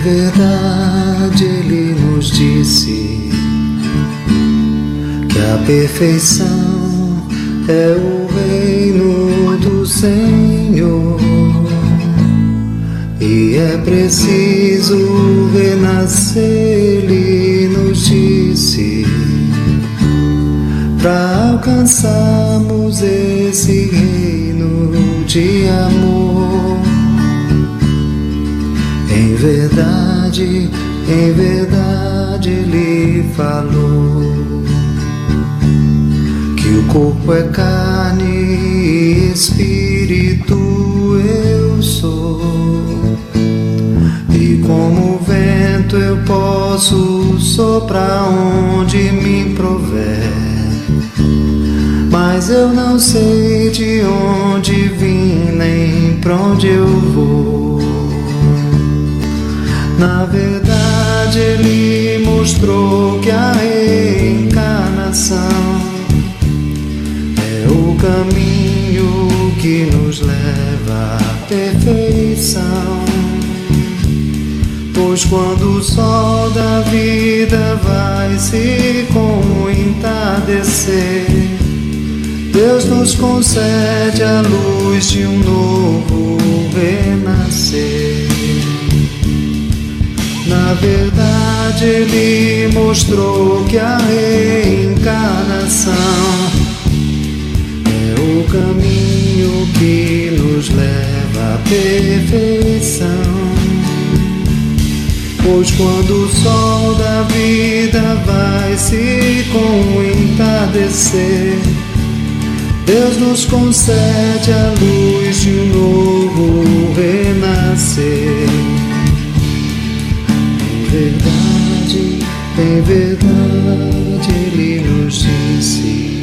verdade ele nos disse que a perfeição é o reino do Senhor e é preciso renascer, ele nos disse, para alcançarmos esse reino de amor. Em verdade ele falou que o corpo é carne e espírito eu sou, e como o vento eu posso soprar onde me prover, mas eu não sei de onde vim nem pra onde eu vou. Na verdade ele mostrou que a reencarnação é o caminho que nos leva à perfeição, pois quando o sol da vida vai se com o entardecer, Deus nos concede a luz de um novo renascer. Na verdade ele mostrou que a reencarnação é o caminho que nos leva à perfeição, pois quando o sol da vida vai se com o entardecer, Deus nos concede a luz de um novo renascer. Em verdade ele nos disse.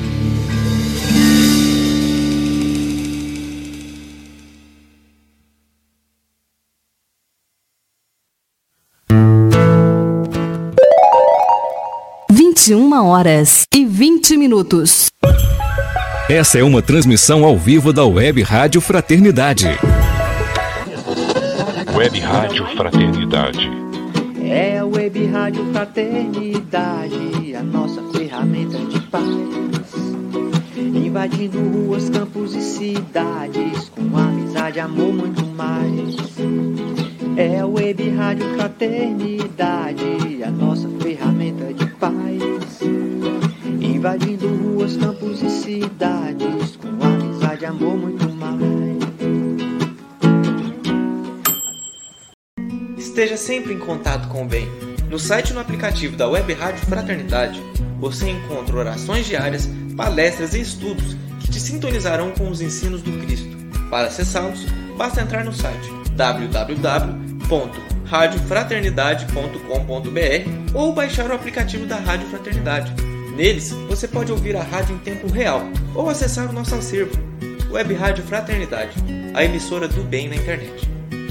horas e 20 minutos. Essa é uma transmissão ao vivo da Web Rádio Fraternidade. Web Rádio Fraternidade. É a Web Rádio Fraternidade, a nossa ferramenta de paz, invadindo ruas, campos e cidades, com amizade, amor, muito mais. É a Web Rádio Fraternidade, a nossa ferramenta de paz, invadindo ruas, campos e cidades, com amizade, amor, muito mais. Esteja sempre em contato com o bem. No site e no aplicativo da Web Rádio Fraternidade, você encontra orações diárias, palestras e estudos que te sintonizarão com os ensinos do Cristo. Para acessá-los, basta entrar no site www.radiofraternidade.com.br ou baixar o aplicativo da Rádio Fraternidade. Neles, você pode ouvir a rádio em tempo real ou acessar o nosso acervo. Web Rádio Fraternidade, a emissora do bem na internet.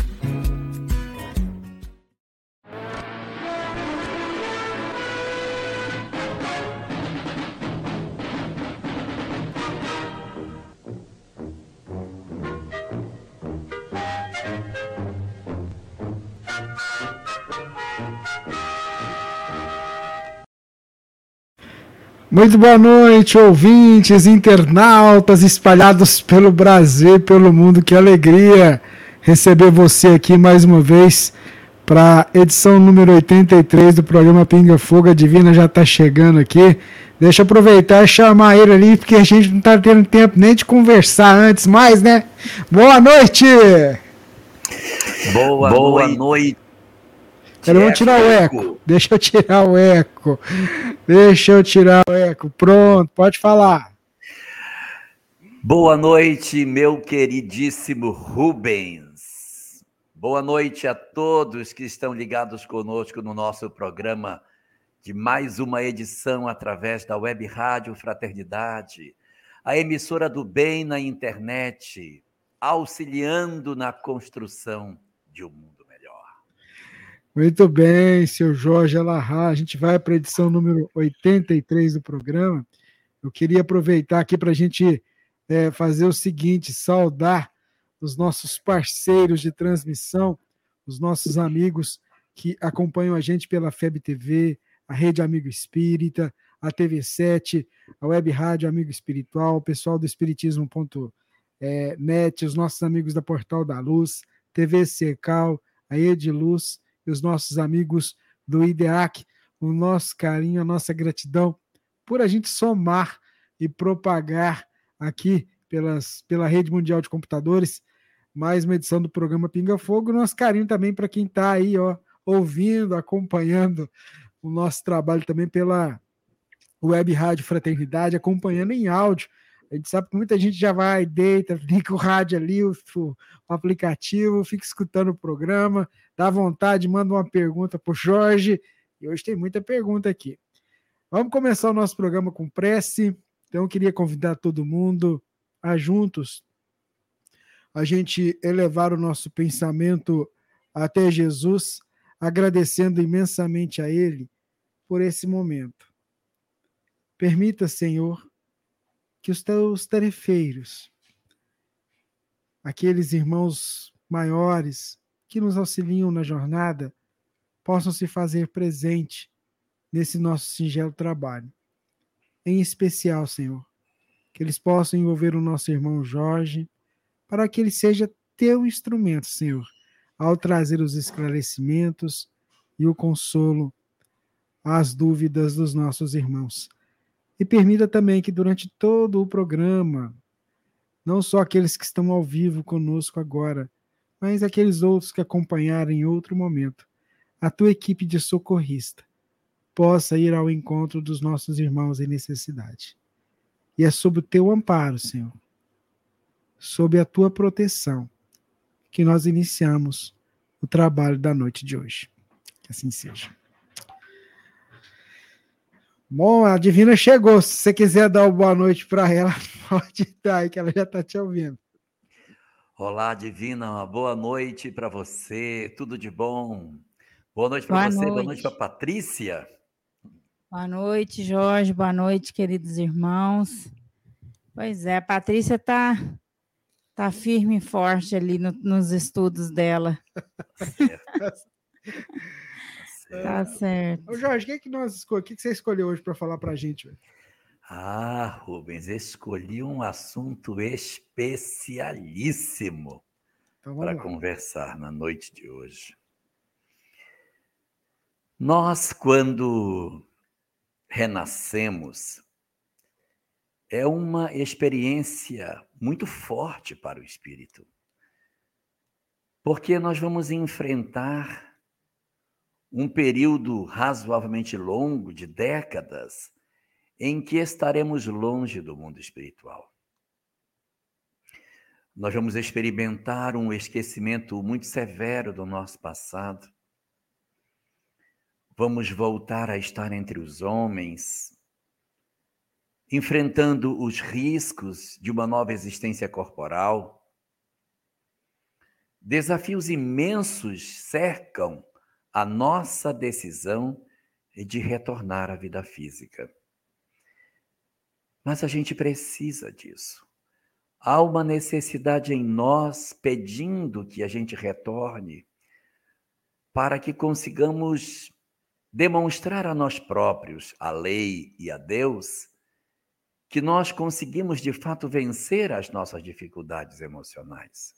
Muito boa noite, ouvintes, internautas espalhados pelo Brasil e pelo mundo. Que alegria receber você aqui mais uma vez para a edição número 83 do programa Pinga Fogo. A Divina já está chegando aqui. Deixa eu aproveitar e chamar ele ali, porque a gente não está tendo tempo nem de conversar antes mais, né? Boa noite! Boa noite. Vamos tirar o eco. Deixa eu tirar o eco. Pronto, pode falar. Boa noite, meu queridíssimo Rubens. Boa noite a todos que estão ligados conosco no nosso programa de mais uma edição através da Web Rádio Fraternidade, a emissora do bem na internet, auxiliando na construção de um mundo. Muito bem, seu Jorge Alahá. A gente vai para a edição número 83 do programa. Eu queria aproveitar aqui para a gente fazer o seguinte, saudar os nossos parceiros de transmissão, os nossos amigos que acompanham a gente pela FEB TV, a Rede Amigo Espírita, a TV7, a Web Rádio Amigo Espiritual, o pessoal do Espiritismo.net, os nossos amigos da Portal da Luz, TV Secal, a Ediluz e os nossos amigos do IDEAC, o nosso carinho, a nossa gratidão por a gente somar e propagar aqui pela Rede Mundial de Computadores mais uma edição do programa Pinga Fogo. Nosso carinho também para quem está aí, ouvindo, acompanhando o nosso trabalho também pela Web Rádio Fraternidade, acompanhando em áudio. A gente sabe que muita gente já vai, deita, liga o rádio ali, o aplicativo, fica escutando o programa, dá vontade, manda uma pergunta para o Jorge. E hoje tem muita pergunta aqui. Vamos começar o nosso programa com prece. Então, eu queria convidar todo mundo a juntos a gente elevar o nosso pensamento até Jesus, agradecendo imensamente a Ele por esse momento. Permita, Senhor, que os teus tarefeiros, aqueles irmãos maiores que nos auxiliam na jornada, possam se fazer presente nesse nosso singelo trabalho. Em especial, Senhor, que eles possam envolver o nosso irmão Jorge, para que ele seja teu instrumento, Senhor, ao trazer os esclarecimentos e o consolo às dúvidas dos nossos irmãos. E permita também que durante todo o programa, não só aqueles que estão ao vivo conosco agora, mas aqueles outros que acompanharam em outro momento, a tua equipe de socorrista possa ir ao encontro dos nossos irmãos em necessidade. E é sob o teu amparo, Senhor, sob a tua proteção, que nós iniciamos o trabalho da noite de hoje. Que assim seja. Bom, a Divina chegou. Se você quiser dar uma boa noite para ela, pode dar aí, que ela já está te ouvindo. Olá, Divina, uma boa noite para você, tudo de bom. Boa noite para você, boa noite para Patrícia. Boa noite, Jorge, boa noite, queridos irmãos. Pois é, a Patrícia tá firme e forte ali nos estudos dela. Tá certo. Ô Jorge, o que você escolheu hoje para falar para a gente? Véio? Rubens, escolhi um assunto especialíssimo para conversar na noite de hoje. Nós, quando renascemos, é uma experiência muito forte para o espírito, porque nós vamos enfrentar um período razoavelmente longo, de décadas, em que estaremos longe do mundo espiritual. Nós vamos experimentar um esquecimento muito severo do nosso passado. Vamos voltar a estar entre os homens, enfrentando os riscos de uma nova existência corporal. Desafios imensos cercam a nossa decisão de retornar à vida física. Mas a gente precisa disso. Há uma necessidade em nós pedindo que a gente retorne para que consigamos demonstrar a nós próprios, a lei e a Deus, que nós conseguimos de fato vencer as nossas dificuldades emocionais.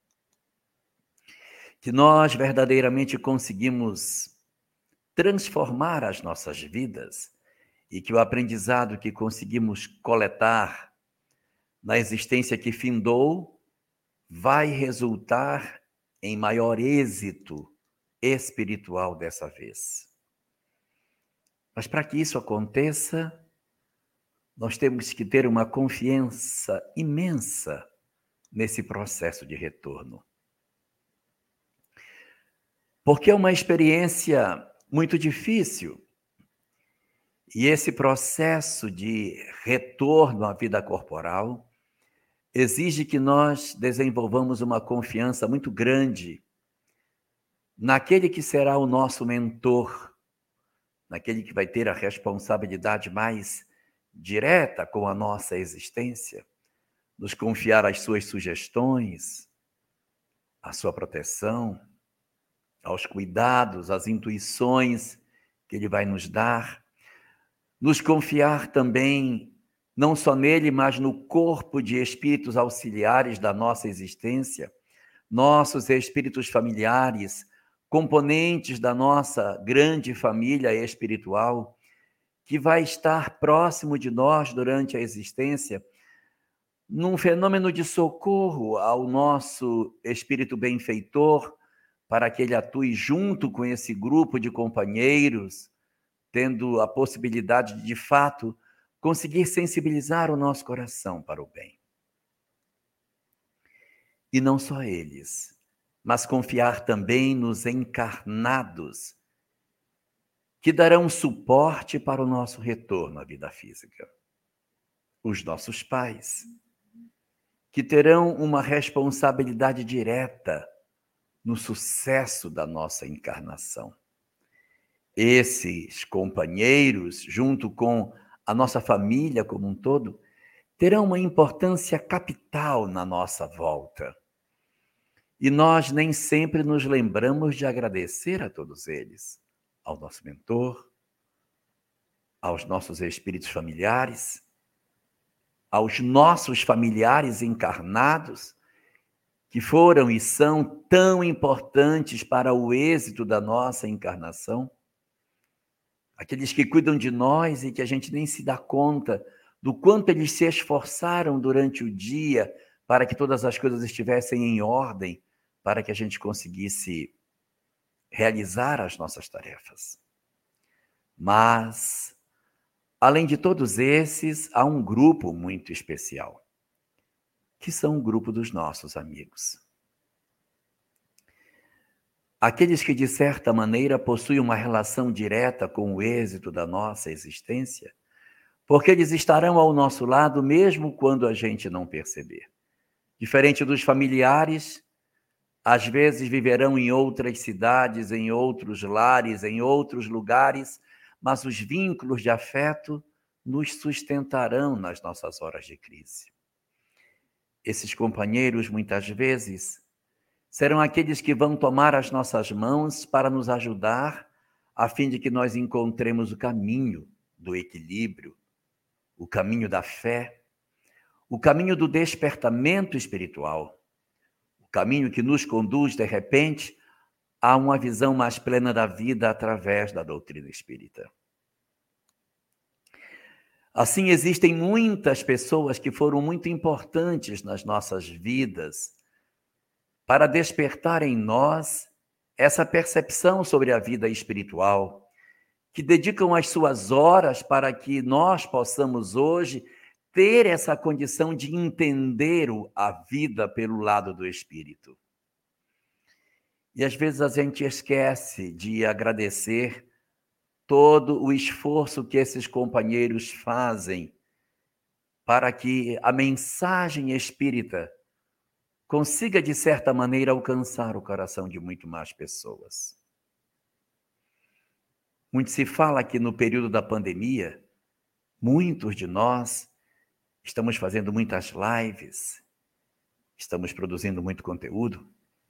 Que nós verdadeiramente conseguimos transformar as nossas vidas e que o aprendizado que conseguimos coletar na existência que findou vai resultar em maior êxito espiritual dessa vez. Mas para que isso aconteça, nós temos que ter uma confiança imensa nesse processo de retorno. Porque é uma experiência muito difícil. E esse processo de retorno à vida corporal exige que nós desenvolvamos uma confiança muito grande naquele que será o nosso mentor, naquele que vai ter a responsabilidade mais direta com a nossa existência, nos confiar as suas sugestões, a sua proteção, aos cuidados, às intuições que Ele vai nos dar. Nos confiar também, não só nele, mas no corpo de espíritos auxiliares da nossa existência, nossos espíritos familiares, componentes da nossa grande família espiritual, que vai estar próximo de nós durante a existência, num fenômeno de socorro ao nosso espírito benfeitor, para que ele atue junto com esse grupo de companheiros, tendo a possibilidade de fato, conseguir sensibilizar o nosso coração para o bem. E não só eles, mas confiar também nos encarnados, que darão suporte para o nosso retorno à vida física. Os nossos pais, que terão uma responsabilidade direta no sucesso da nossa encarnação. Esses companheiros, junto com a nossa família como um todo, terão uma importância capital na nossa volta. E nós nem sempre nos lembramos de agradecer a todos eles, ao nosso mentor, aos nossos espíritos familiares, aos nossos familiares encarnados, que foram e são tão importantes para o êxito da nossa encarnação, aqueles que cuidam de nós e que a gente nem se dá conta do quanto eles se esforçaram durante o dia para que todas as coisas estivessem em ordem, para que a gente conseguisse realizar as nossas tarefas. Mas, além de todos esses, há um grupo muito especial, que são o grupo dos nossos amigos. Aqueles que, de certa maneira, possuem uma relação direta com o êxito da nossa existência, porque eles estarão ao nosso lado mesmo quando a gente não perceber. Diferente dos familiares, às vezes viverão em outras cidades, em outros lares, em outros lugares, mas os vínculos de afeto nos sustentarão nas nossas horas de crise. Esses companheiros, muitas vezes, serão aqueles que vão tomar as nossas mãos para nos ajudar, a fim de que nós encontremos o caminho do equilíbrio, o caminho da fé, o caminho do despertamento espiritual, o caminho que nos conduz, de repente, a uma visão mais plena da vida através da doutrina espírita. Assim, existem muitas pessoas que foram muito importantes nas nossas vidas para despertar em nós essa percepção sobre a vida espiritual, que dedicam as suas horas para que nós possamos hoje ter essa condição de entender a vida pelo lado do espírito. E às vezes a gente esquece de agradecer todo o esforço que esses companheiros fazem para que a mensagem espírita consiga, de certa maneira, alcançar o coração de muito mais pessoas. Muito se fala que no período da pandemia, muitos de nós estamos fazendo muitas lives, estamos produzindo muito conteúdo,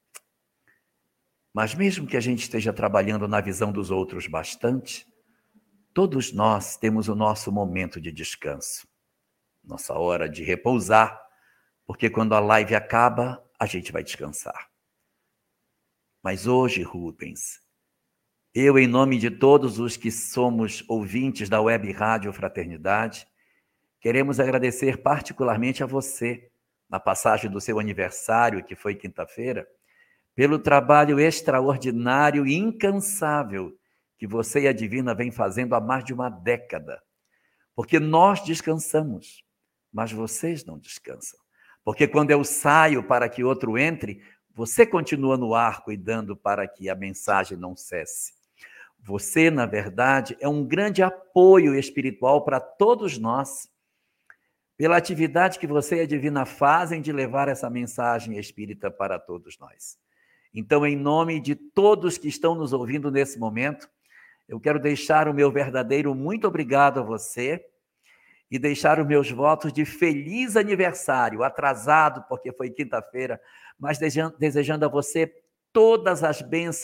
mas mesmo que a gente esteja trabalhando na visão dos outros bastante, todos nós temos o nosso momento de descanso, nossa hora de repousar, porque quando a live acaba, a gente vai descansar. Mas hoje, Rubens, eu, em nome de todos os que somos ouvintes da Web Rádio Fraternidade, queremos agradecer particularmente a você, na passagem do seu aniversário, que foi quinta-feira, pelo trabalho extraordinário e incansável que você e a Divina vêm fazendo há mais de uma década. Porque nós descansamos, mas vocês não descansam. Porque quando eu saio para que outro entre, você continua no ar cuidando para que a mensagem não cesse. Você, na verdade, é um grande apoio espiritual para todos nós, pela atividade que você e a Divina fazem de levar essa mensagem espírita para todos nós. Então, em nome de todos que estão nos ouvindo nesse momento, eu quero deixar o meu verdadeiro muito obrigado a você e deixar os meus votos de feliz aniversário, atrasado porque foi quinta-feira, mas desejando a você todas as bênçãos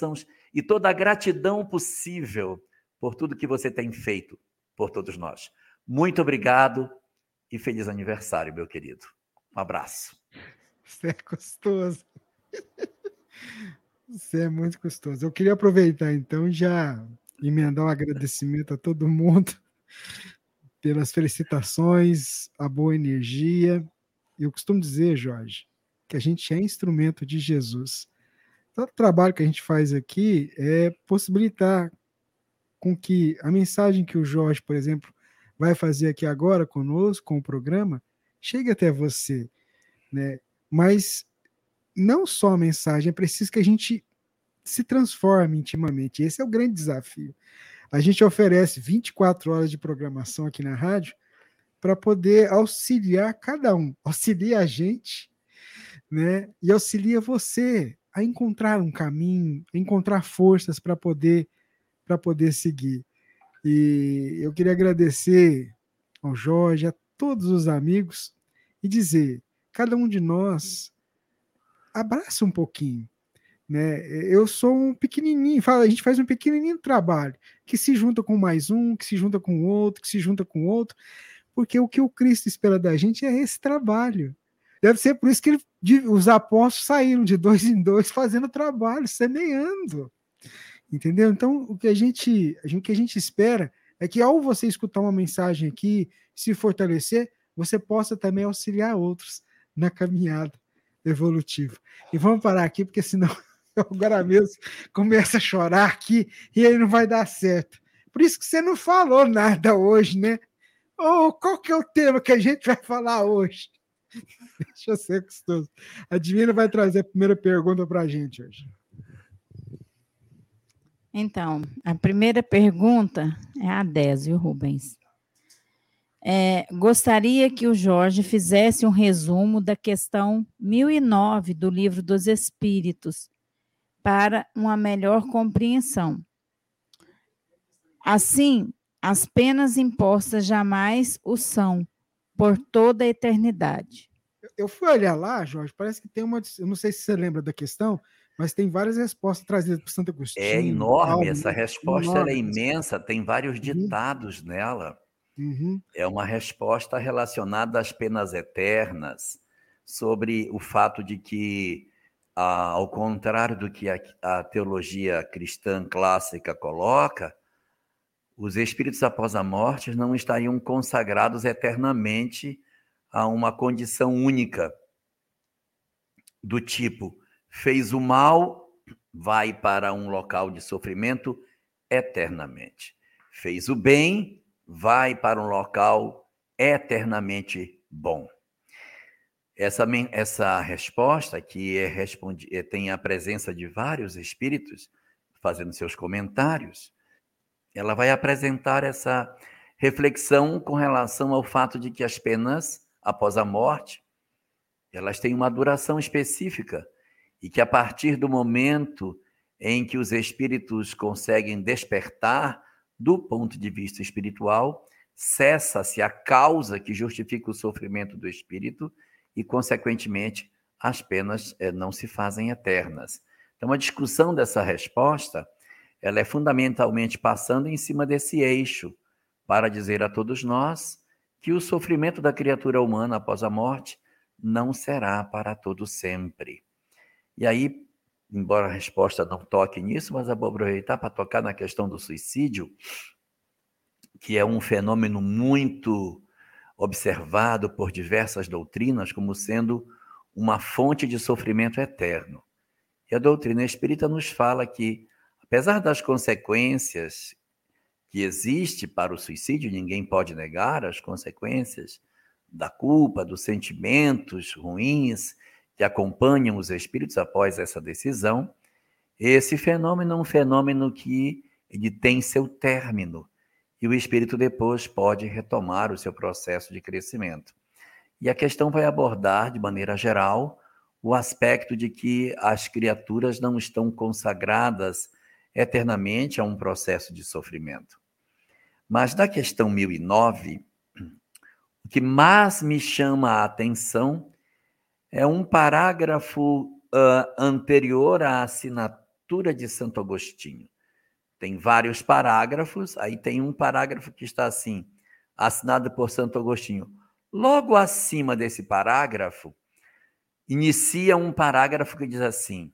e toda a gratidão possível por tudo que você tem feito por todos nós. Muito obrigado e feliz aniversário, meu querido. Um abraço. Você é gostoso. Você é muito gostoso. Eu queria aproveitar, então, e já emendar um agradecimento a todo mundo pelas felicitações, a boa energia. Eu costumo dizer, Jorge, que a gente é instrumento de Jesus. Todo o trabalho que a gente faz aqui é possibilitar com que a mensagem que o Jorge, por exemplo, vai fazer aqui agora conosco, com o programa, chegue até você, né? Mas não só a mensagem, é preciso que a gente se transforme intimamente. Esse é o grande desafio. A gente oferece 24 horas de programação aqui na rádio para poder auxiliar cada um, auxilia a gente, né? E auxilia você a encontrar um caminho, a encontrar forças para poder seguir. E eu queria agradecer ao Jorge, a todos os amigos e dizer, cada um de nós abraça um pouquinho, né? Eu sou um pequenininho, a gente faz um pequenininho trabalho, que se junta com mais um, que se junta com outro, que se junta com outro, porque o que o Cristo espera da gente é esse trabalho. Deve ser por isso que os apóstolos saíram de 2 em 2 fazendo trabalho, semeando. Entendeu? Então, o que a gente espera é que ao você escutar uma mensagem aqui, se fortalecer, você possa também auxiliar outros na caminhada evolutiva. E vamos parar aqui, porque senão eu agora mesmo começo a chorar aqui e aí não vai dar certo. Por isso que você não falou nada hoje, né? Qual que é o tema que a gente vai falar hoje? Deixa eu ser gostoso. A Divina vai trazer a primeira pergunta para a gente hoje. Então, a primeira pergunta é a Désio Rubens. Gostaria que o Jorge fizesse um resumo da questão 1009 do Livro dos Espíritos, para uma melhor compreensão. Assim, as penas impostas jamais o são, por toda a eternidade. Eu fui olhar lá, Jorge, parece que tem uma... Eu não sei se você lembra da questão, mas tem várias respostas trazidas por Santo Agostinho. É enorme, Paulo, essa resposta enorme. é imensa, tem vários ditados nela. É uma resposta relacionada às penas eternas, sobre o fato de que, ao contrário do que a teologia cristã clássica coloca, os espíritos após a morte não estariam consagrados eternamente a uma condição única, do tipo, fez o mal, vai para um local de sofrimento eternamente. Fez o bem, vai para um local eternamente bom. Essa resposta, que tem a presença de vários espíritos fazendo seus comentários, ela vai apresentar essa reflexão com relação ao fato de que as penas, após a morte, elas têm uma duração específica e que a partir do momento em que os espíritos conseguem despertar do ponto de vista espiritual, cessa-se a causa que justifica o sofrimento do espírito e, consequentemente, as penas não se fazem eternas. Então, a discussão dessa resposta, ela é fundamentalmente passando em cima desse eixo, para dizer a todos nós que o sofrimento da criatura humana após a morte não será para todo sempre. E aí, embora a resposta não toque nisso, mas eu vou aproveitar para tocar na questão do suicídio, que é um fenômeno muito observado por diversas doutrinas como sendo uma fonte de sofrimento eterno. E a doutrina espírita nos fala que, apesar das consequências que existe para o suicídio, ninguém pode negar as consequências da culpa, dos sentimentos ruins que acompanham os espíritos após essa decisão, esse fenômeno é um fenômeno que ele tem seu término e o espírito depois pode retomar o seu processo de crescimento. E a questão vai abordar, de maneira geral, o aspecto de que as criaturas não estão consagradas eternamente a um processo de sofrimento. Mas da questão 1009, o que mais me chama a atenção é um parágrafo anterior à assinatura assinatura de Santo Agostinho. Tem vários parágrafos, aí tem um parágrafo que está assim, assinado por Santo Agostinho. Logo acima desse parágrafo, inicia um parágrafo que diz assim: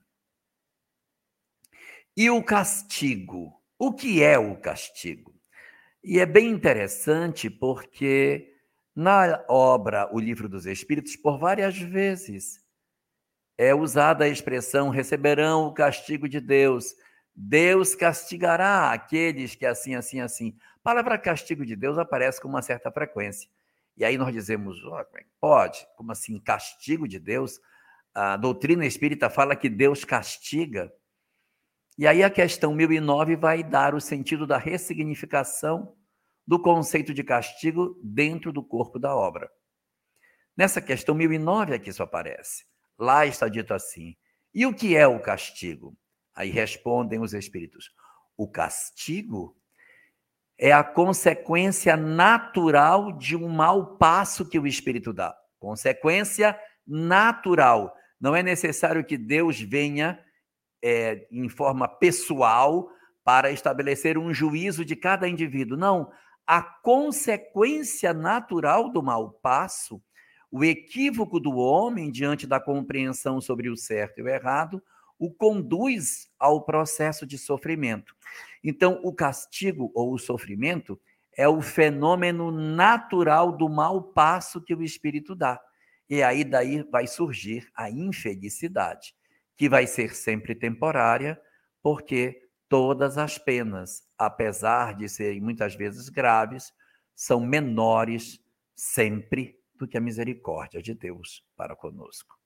e o castigo? O que é o castigo? E é bem interessante porque na obra O Livro dos Espíritos, por várias vezes, é usada a expressão receberão o castigo de Deus. Deus castigará aqueles que assim. A palavra castigo de Deus aparece com uma certa frequência. E aí nós dizemos, como é que pode? Como assim, castigo de Deus? A doutrina espírita fala que Deus castiga. E aí a questão 1009 vai dar o sentido da ressignificação do conceito de castigo dentro do corpo da obra. Nessa questão 1009 aqui isso aparece. Lá está dito assim: e o que é o castigo? Aí respondem os espíritos: o castigo é a consequência natural de um mau passo que o espírito dá. Consequência natural. Não é necessário que Deus venha em forma pessoal para estabelecer um juízo de cada indivíduo. Não. A consequência natural do mau passo, o equívoco do homem diante da compreensão sobre o certo e o errado, o conduz ao processo de sofrimento. Então, o castigo ou o sofrimento é o fenômeno natural do mau passo que o espírito dá. E aí daí vai surgir a infelicidade, que vai ser sempre temporária, porque todas as penas, apesar de serem muitas vezes graves, são menores sempre do que a misericórdia de Deus para conosco.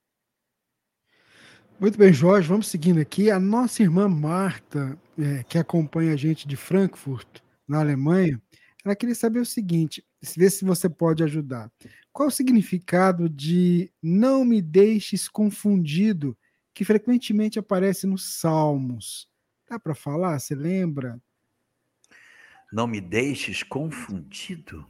Muito bem, Jorge, vamos seguindo aqui. A nossa irmã Marta, que acompanha a gente de Frankfurt, na Alemanha, ela queria saber o seguinte, ver se você pode ajudar. Qual o significado de não me deixes confundido, que frequentemente aparece nos Salmos? Dá para falar? Você lembra? Não me deixes confundido?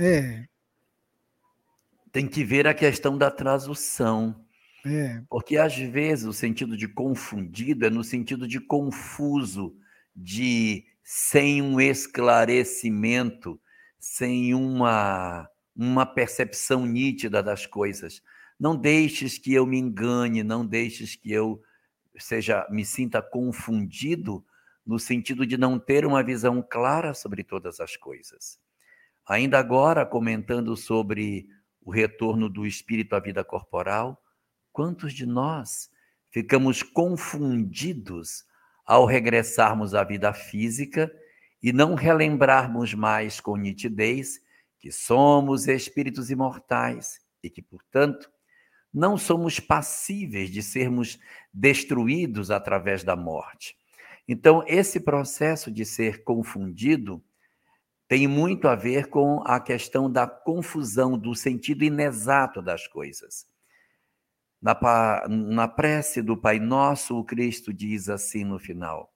Tem que ver a questão da tradução. Porque, às vezes, o sentido de confundido é no sentido de confuso, de sem um esclarecimento, sem uma percepção nítida das coisas. Não deixes que eu me engane, não deixes que eu me sinta confundido, no sentido de não ter uma visão clara sobre todas as coisas. Ainda agora, comentando sobre o retorno do espírito à vida corporal, quantos de nós ficamos confundidos ao regressarmos à vida física e não relembrarmos mais com nitidez que somos espíritos imortais e que, portanto, não somos passíveis de sermos destruídos através da morte. Então, esse processo de ser confundido tem muito a ver com a questão da confusão, do sentido inexato das coisas. Na prece do Pai Nosso, o Cristo diz assim no final,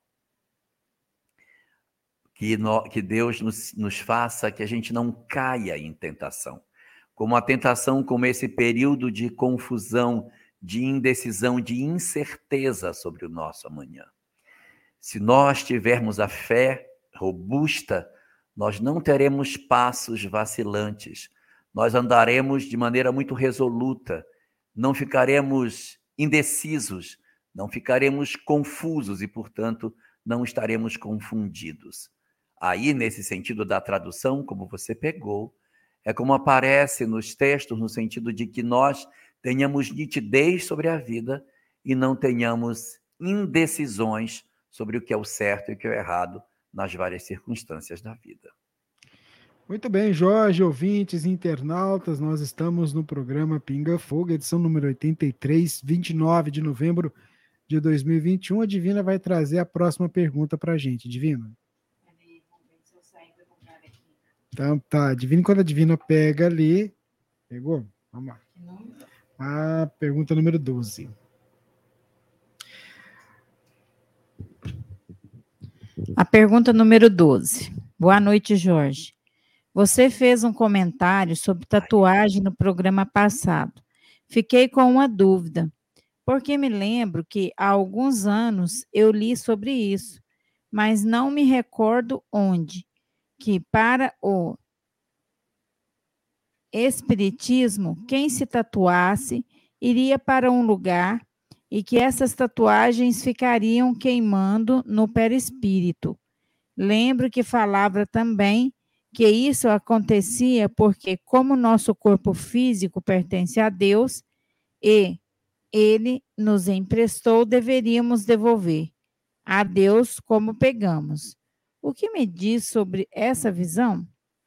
que Deus nos faça que a gente não caia em tentação. Como a tentação, como esse período de confusão, de indecisão, de incerteza sobre o nosso amanhã. Se nós tivermos a fé robusta, nós não teremos passos vacilantes, nós andaremos de maneira muito resoluta, não ficaremos indecisos, não ficaremos confusos e, portanto, não estaremos confundidos. Aí, nesse sentido da tradução, como você pegou, é como aparece nos textos, no sentido de que nós tenhamos nitidez sobre a vida e não tenhamos indecisões sobre o que é o certo e o que é o errado nas várias circunstâncias da vida. Muito bem, Jorge, ouvintes, internautas, nós estamos no programa Pinga Fogo, edição número 83, 29 de novembro de 2021. A Divina vai trazer a próxima pergunta para a gente. Divina? Então tá, Divina, quando a Divina pega ali... Pegou? Vamos lá. A pergunta número 12. A pergunta número 12. Boa noite, Jorge. Você fez um comentário sobre tatuagem no programa passado. Fiquei com uma dúvida. porque me lembro que há alguns anos eu li sobre isso, mas não me recordo onde, que para o espiritismo, quem se tatuasse iria para um lugar e que essas tatuagens ficariam queimando no perispírito. Lembro que falava também que isso acontecia porque, como nosso corpo físico pertence a Deus e ele nos emprestou, deveríamos devolver a Deus como pegamos. O que me diz sobre essa visão?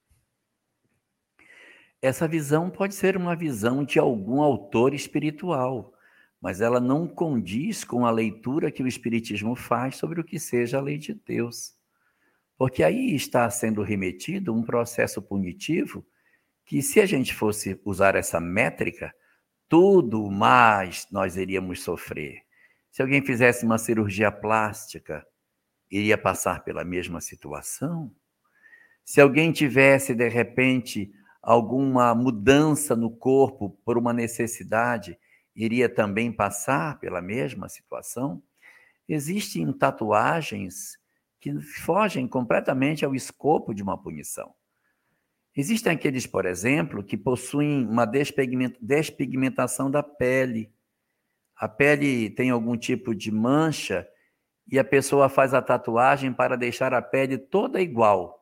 Essa visão pode ser uma visão de algum autor espiritual, mas ela não condiz com a leitura que o Espiritismo faz sobre o que seja a lei de Deus. Porque aí está sendo remetido um processo punitivo que, se a gente fosse usar essa métrica, tudo mais nós iríamos sofrer. Se alguém fizesse uma cirurgia plástica, iria passar pela mesma situação? Se alguém tivesse, de repente, alguma mudança no corpo por uma necessidade, iria também passar pela mesma situação? Existem tatuagens que fogem completamente ao escopo de uma punição. Existem aqueles, por exemplo, que possuem uma despigmentação da pele. A pele tem algum tipo de mancha e a pessoa faz a tatuagem para deixar a pele toda igual.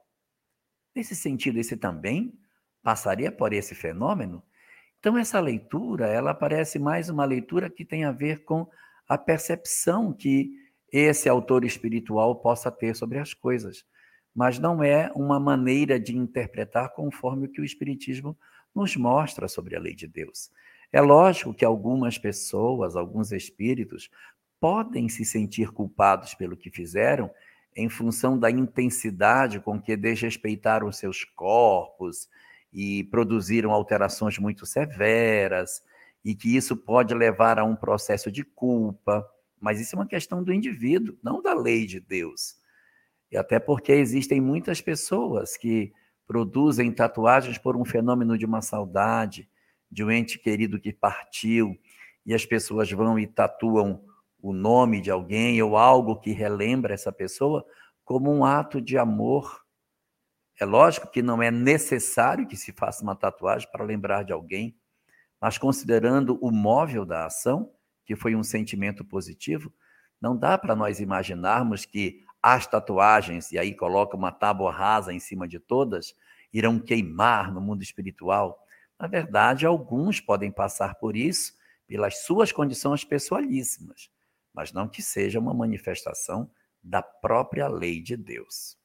Nesse sentido, esse também passaria por esse fenômeno? Então, essa leitura, ela parece mais uma leitura que tem a ver com a percepção que esse autor espiritual possa ter sobre as coisas, mas não é uma maneira de interpretar conforme o que o Espiritismo nos mostra sobre a lei de Deus. É lógico que algumas pessoas, alguns espíritos, podem se sentir culpados pelo que fizeram em função da intensidade com que desrespeitaram seus corpos e produziram alterações muito severas, e que isso pode levar a um processo de culpa, mas isso é uma questão do indivíduo, não da lei de Deus. E até porque existem muitas pessoas que produzem tatuagens por um fenômeno de uma saudade, de um ente querido que partiu, e as pessoas vão e tatuam o nome de alguém ou algo que relembra essa pessoa como um ato de amor. É lógico que não é necessário que se faça uma tatuagem para lembrar de alguém, mas considerando o móvel da ação, que foi um sentimento positivo, não dá para nós imaginarmos que as tatuagens, e aí coloca uma tábua rasa em cima de todas, irão queimar no mundo espiritual. Na verdade, alguns podem passar por isso pelas suas condições pessoalíssimas, mas não que seja uma manifestação da própria lei de Deus.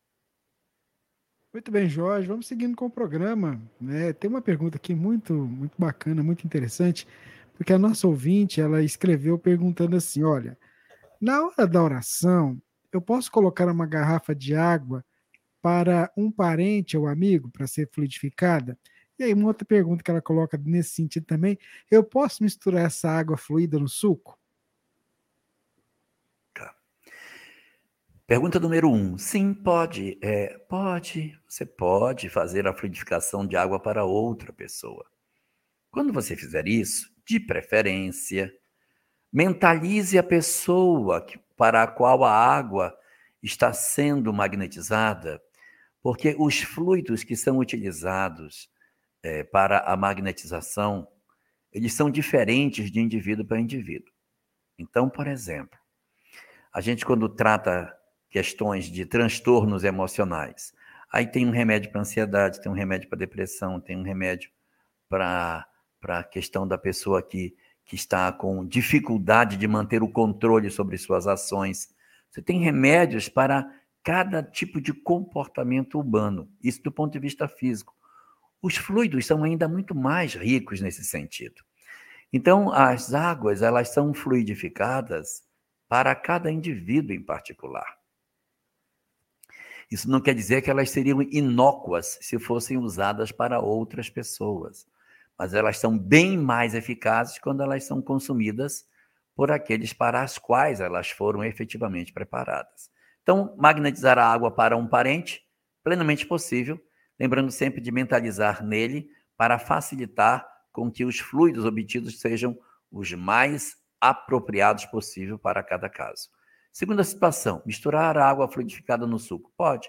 Muito bem, Jorge, vamos seguindo com o programa, né? Tem uma pergunta aqui muito bacana, muito interessante, porque a nossa ouvinte, ela escreveu perguntando assim, olha, na hora da oração, eu posso colocar uma garrafa de água para um parente ou amigo para ser fluidificada? E aí uma outra pergunta que ela coloca nesse sentido também, eu posso misturar essa água fluida no suco? Pergunta número 1. Sim, pode. Pode. Você pode fazer a fluidificação de água para outra pessoa. Quando você fizer isso, de preferência, mentalize a pessoa para a qual a água está sendo magnetizada, porque os fluidos que são utilizados para a magnetização, eles são diferentes de indivíduo para indivíduo. Então, por exemplo, a gente quando trata questões de transtornos emocionais, aí tem um remédio para ansiedade, tem um remédio para depressão, tem um remédio para a questão da pessoa que está com dificuldade de manter o controle sobre suas ações. Você tem remédios para cada tipo de comportamento humano, isso do ponto de vista físico. Os fluidos são ainda muito mais ricos nesse sentido. Então, as águas, elas são fluidificadas para cada indivíduo em particular. Isso não quer dizer que elas seriam inócuas se fossem usadas para outras pessoas, mas elas são bem mais eficazes quando elas são consumidas por aqueles para as quais elas foram efetivamente preparadas. Então, magnetizar a água para um parente, plenamente possível, lembrando sempre de mentalizar nele para facilitar com que os fluidos obtidos sejam os mais apropriados possível para cada caso. Segunda situação, misturar a água fluidificada no suco. Pode.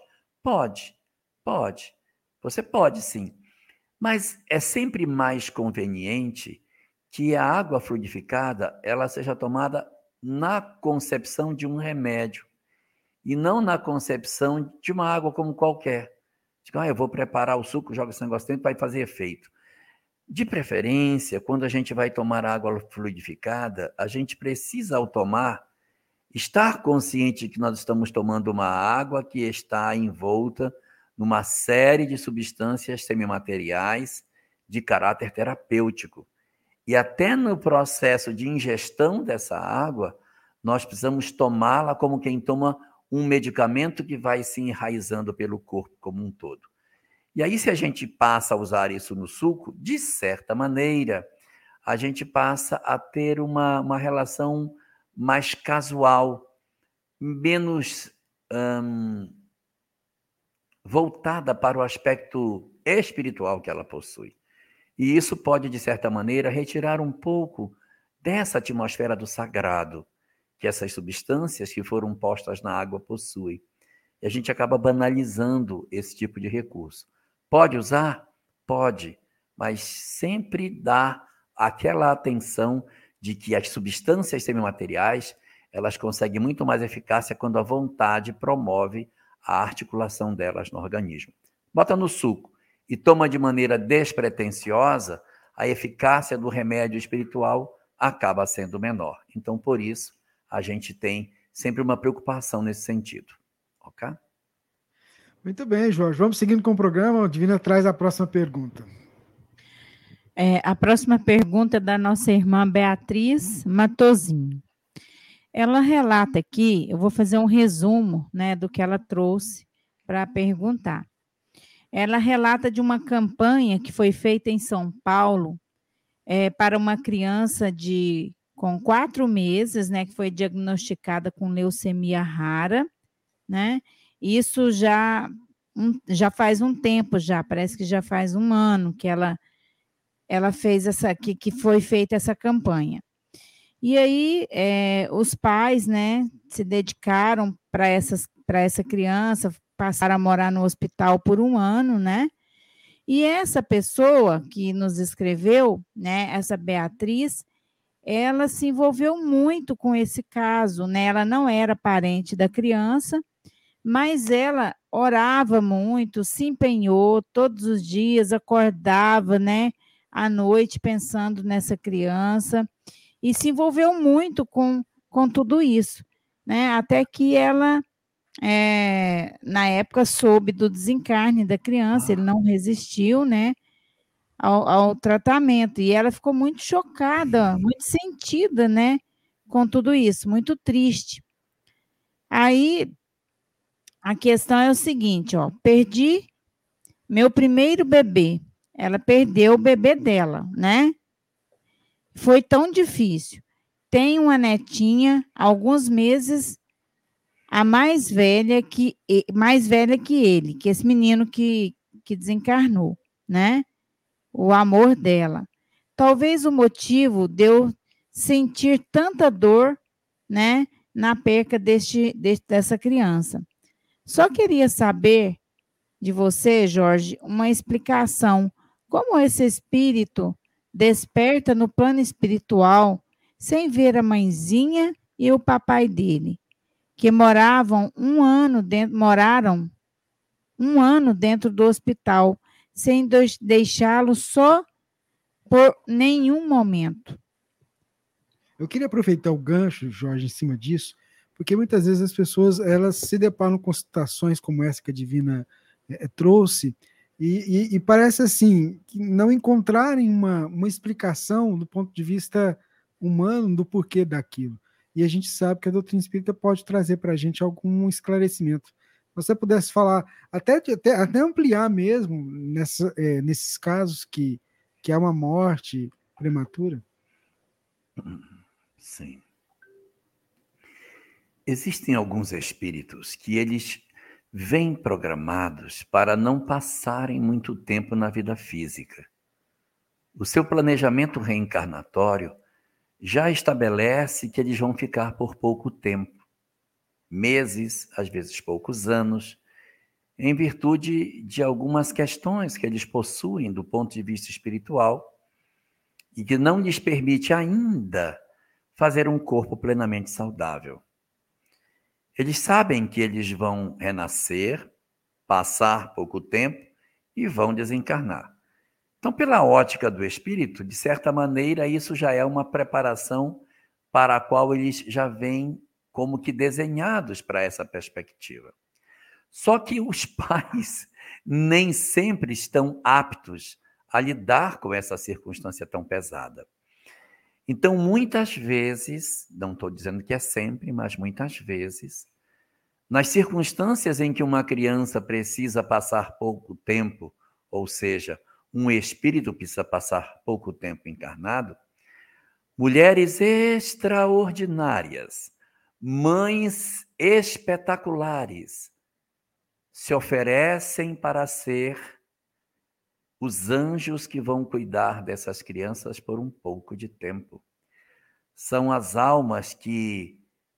Você pode sim, mas é sempre mais conveniente que a água fluidificada ela seja tomada na concepção de um remédio e não na concepção de uma água como qualquer. Eu vou preparar o suco, jogo esse negócio dentro, vai fazer efeito. De preferência, quando a gente vai tomar água fluidificada, a gente precisa, ao tomar, estar consciente que nós estamos tomando uma água que está envolta numa série de substâncias semimateriais de caráter terapêutico. E até no processo de ingestão dessa água, nós precisamos tomá-la como quem toma um medicamento que vai se enraizando pelo corpo como um todo. E aí, se a gente passa a usar isso no suco, de certa maneira, a gente passa a ter uma relação mais casual, menos voltada para o aspecto espiritual que ela possui. E isso pode, de certa maneira, retirar um pouco dessa atmosfera do sagrado que essas substâncias que foram postas na água possuem. E a gente acaba banalizando esse tipo de recurso. Pode usar? Pode, mas sempre dá aquela atenção de que as substâncias semimateriais, elas conseguem muito mais eficácia quando a vontade promove a articulação delas no organismo. Bota no suco e toma de maneira despretensiosa, a eficácia do remédio espiritual acaba sendo menor. Então, por isso, a gente tem sempre uma preocupação nesse sentido. Ok? Muito bem, Jorge. Vamos seguindo com o programa. O Divina traz a próxima pergunta. A próxima pergunta é da nossa irmã Beatriz Matozinho. Ela relata aqui, eu vou fazer um resumo, né, do que ela trouxe para perguntar. Ela relata de uma campanha que foi feita em São Paulo para uma criança com 4 meses, né, que foi diagnosticada com leucemia rara, né? Isso já faz um tempo parece que já faz um ano que ela fez que foi feita essa campanha. E aí os pais, né, se dedicaram para essa criança, passaram a morar no hospital por 1 ano, né? E essa pessoa que nos escreveu, né, essa Beatriz, ela se envolveu muito com esse caso, né? Ela não era parente da criança, mas ela orava muito, se empenhou todos os dias, acordava, né, à noite pensando nessa criança e se envolveu muito com tudo isso, né? Até que ela, na época, soube do desencarne da criança, ele não resistiu, né, ao tratamento, e ela ficou muito chocada, muito sentida, né, com tudo isso, muito triste. Aí, a questão é o seguinte, perdi meu primeiro bebê, ela perdeu o bebê dela, né? Foi tão difícil. Tem uma netinha, alguns meses, a mais velha que ele, que esse menino que desencarnou, né? O amor dela. Talvez o motivo de eu sentir tanta dor, né, na perca dessa criança. Só queria saber de você, Jorge, uma explicação. Como esse espírito desperta no plano espiritual sem ver a mãezinha e o papai dele, que moraram um ano dentro do hospital, sem deixá-lo só por nenhum momento. Eu queria aproveitar o gancho, Jorge, em cima disso, porque muitas vezes as pessoas elas se deparam com situações como essa que a Divina trouxe, e parece assim, que não encontrarem uma explicação do ponto de vista humano do porquê daquilo. E a gente sabe que a doutrina espírita pode trazer para a gente algum esclarecimento. Se você pudesse falar, até ampliar mesmo nesses casos que há uma morte prematura. Sim. Existem alguns espíritos que eles vêm programados para não passarem muito tempo na vida física. O seu planejamento reencarnatório já estabelece que eles vão ficar por pouco tempo, meses, às vezes poucos anos, em virtude de algumas questões que eles possuem do ponto de vista espiritual e que não lhes permite ainda fazer um corpo plenamente saudável. Eles sabem que eles vão renascer, passar pouco tempo e vão desencarnar. Então, pela ótica do espírito, de certa maneira, isso já é uma preparação para a qual eles já vêm como que desenhados para essa perspectiva. Só que os pais nem sempre estão aptos a lidar com essa circunstância tão pesada. Então, muitas vezes, não estou dizendo que é sempre, mas muitas vezes, nas circunstâncias em que uma criança precisa passar pouco tempo, ou seja, um espírito precisa passar pouco tempo encarnado, mulheres extraordinárias, mães espetaculares, se oferecem para ser os anjos que vão cuidar dessas crianças por um pouco de tempo. São as almas que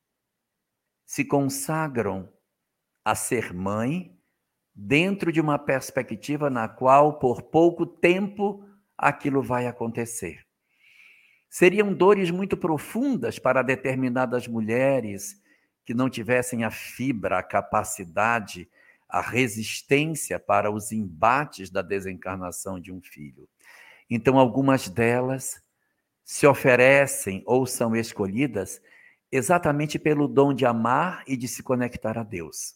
se consagram a ser mãe dentro de uma perspectiva na qual, por pouco tempo, aquilo vai acontecer. Seriam dores muito profundas para determinadas mulheres que não tivessem a fibra, a capacidade, a resistência para os embates da desencarnação de um filho. Então, algumas delas se oferecem ou são escolhidas exatamente pelo dom de amar e de se conectar a Deus.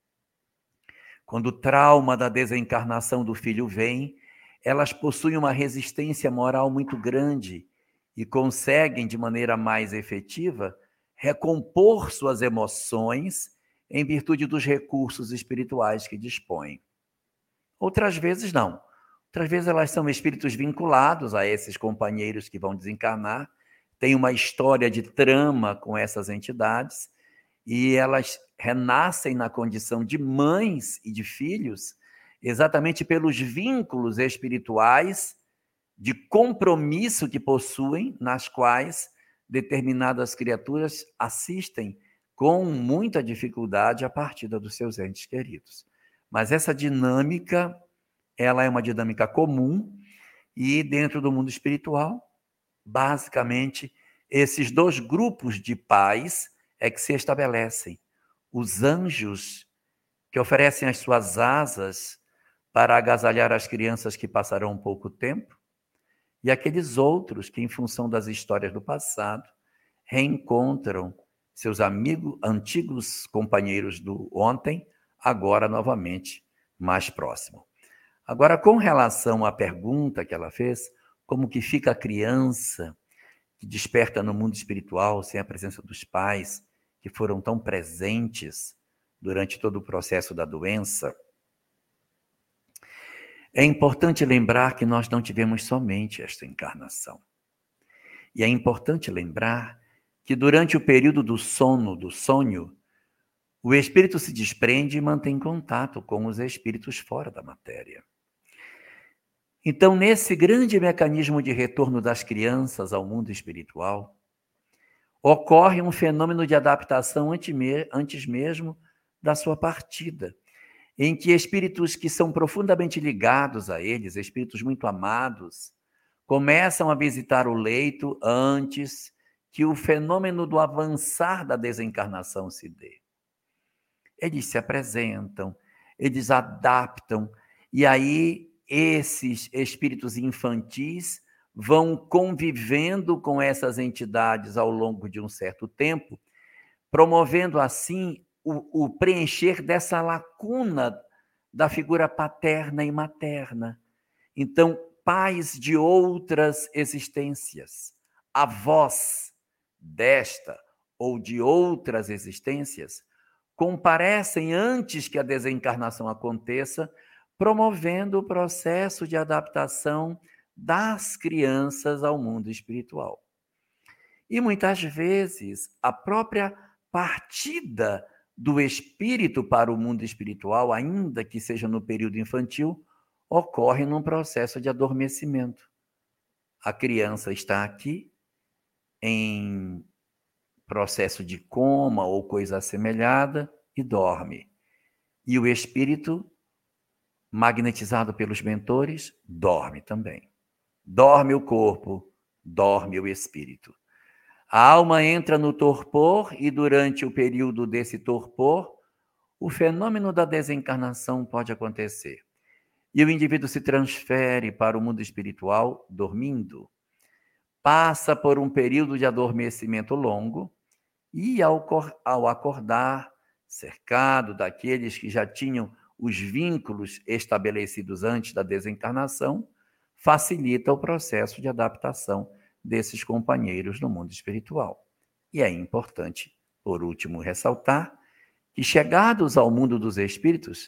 Quando o trauma da desencarnação do filho vem, elas possuem uma resistência moral muito grande e conseguem, de maneira mais efetiva, recompor suas emoções em virtude dos recursos espirituais que dispõem. Outras vezes não. Outras vezes elas são espíritos vinculados a esses companheiros que vão desencarnar, têm uma história de trama com essas entidades e elas renascem na condição de mães e de filhos exatamente pelos vínculos espirituais de compromisso que possuem, nas quais determinadas criaturas assistem com muita dificuldade a partida dos seus entes queridos. Mas essa dinâmica, ela é uma dinâmica comum e dentro do mundo espiritual, basicamente, esses dois grupos de pais é que se estabelecem. Os anjos que oferecem as suas asas para agasalhar as crianças que passarão pouco tempo, e aqueles outros que, em função das histórias do passado, reencontram seus antigos companheiros do ontem, agora novamente mais próximo. Agora, com relação à pergunta que ela fez, como que fica a criança que desperta no mundo espiritual sem a presença dos pais, que foram tão presentes durante todo o processo da doença? É importante lembrar que nós não tivemos somente esta encarnação. E é importante lembrar que durante o período do sonho, o espírito se desprende e mantém contato com os espíritos fora da matéria. Então, nesse grande mecanismo de retorno das crianças ao mundo espiritual, ocorre um fenômeno de adaptação antes mesmo da sua partida, em que espíritos que são profundamente ligados a eles, espíritos muito amados, começam a visitar o leito antes que o fenômeno do avançar da desencarnação se dê. Eles se apresentam, eles adaptam, e aí esses espíritos infantis vão convivendo com essas entidades ao longo de um certo tempo, promovendo assim o preencher dessa lacuna da figura paterna e materna. Então, pais de outras existências, avós desta ou de outras existências, comparecem antes que a desencarnação aconteça, promovendo o processo de adaptação das crianças ao mundo espiritual. E muitas vezes a própria partida do espírito para o mundo espiritual, ainda que seja no período infantil, ocorre num processo de adormecimento. A criança está aqui, em processo de coma ou coisa assemelhada e dorme. E o espírito, magnetizado pelos mentores, dorme também. Dorme o corpo, dorme o espírito. A alma entra no torpor e durante o período desse torpor, o fenômeno da desencarnação pode acontecer. E o indivíduo se transfere para o mundo espiritual dormindo. Passa por um período de adormecimento longo e, ao acordar, cercado daqueles que já tinham os vínculos estabelecidos antes da desencarnação, facilita o processo de adaptação desses companheiros no mundo espiritual. E é importante, por último, ressaltar que, chegados ao mundo dos espíritos,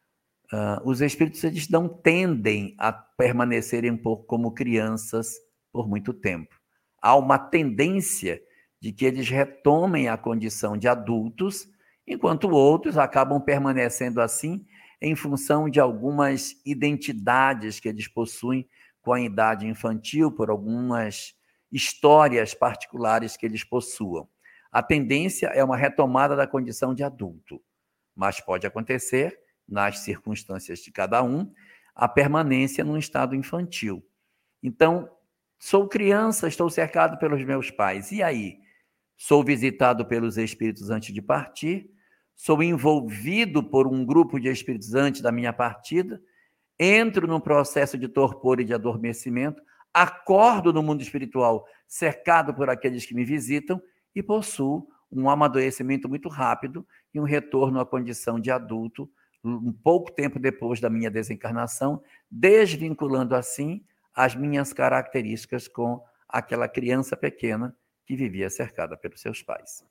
os espíritos eles não tendem a permanecerem como crianças por muito tempo. Há uma tendência de que eles retomem a condição de adultos, enquanto outros acabam permanecendo assim em função de algumas identidades que eles possuem com a idade infantil, por algumas histórias particulares que eles possuam. A tendência é uma retomada da condição de adulto, mas pode acontecer, nas circunstâncias de cada um, a permanência num estado infantil. Então, sou criança, estou cercado pelos meus pais. E aí? Sou visitado pelos espíritos antes de partir, sou envolvido por um grupo de espíritos antes da minha partida, entro num processo de torpor e de adormecimento, acordo no mundo espiritual cercado por aqueles que me visitam e possuo um amadurecimento muito rápido e um retorno à condição de adulto um pouco tempo depois da minha desencarnação, desvinculando assim as minhas características com aquela criança pequena que vivia cercada pelos seus pais.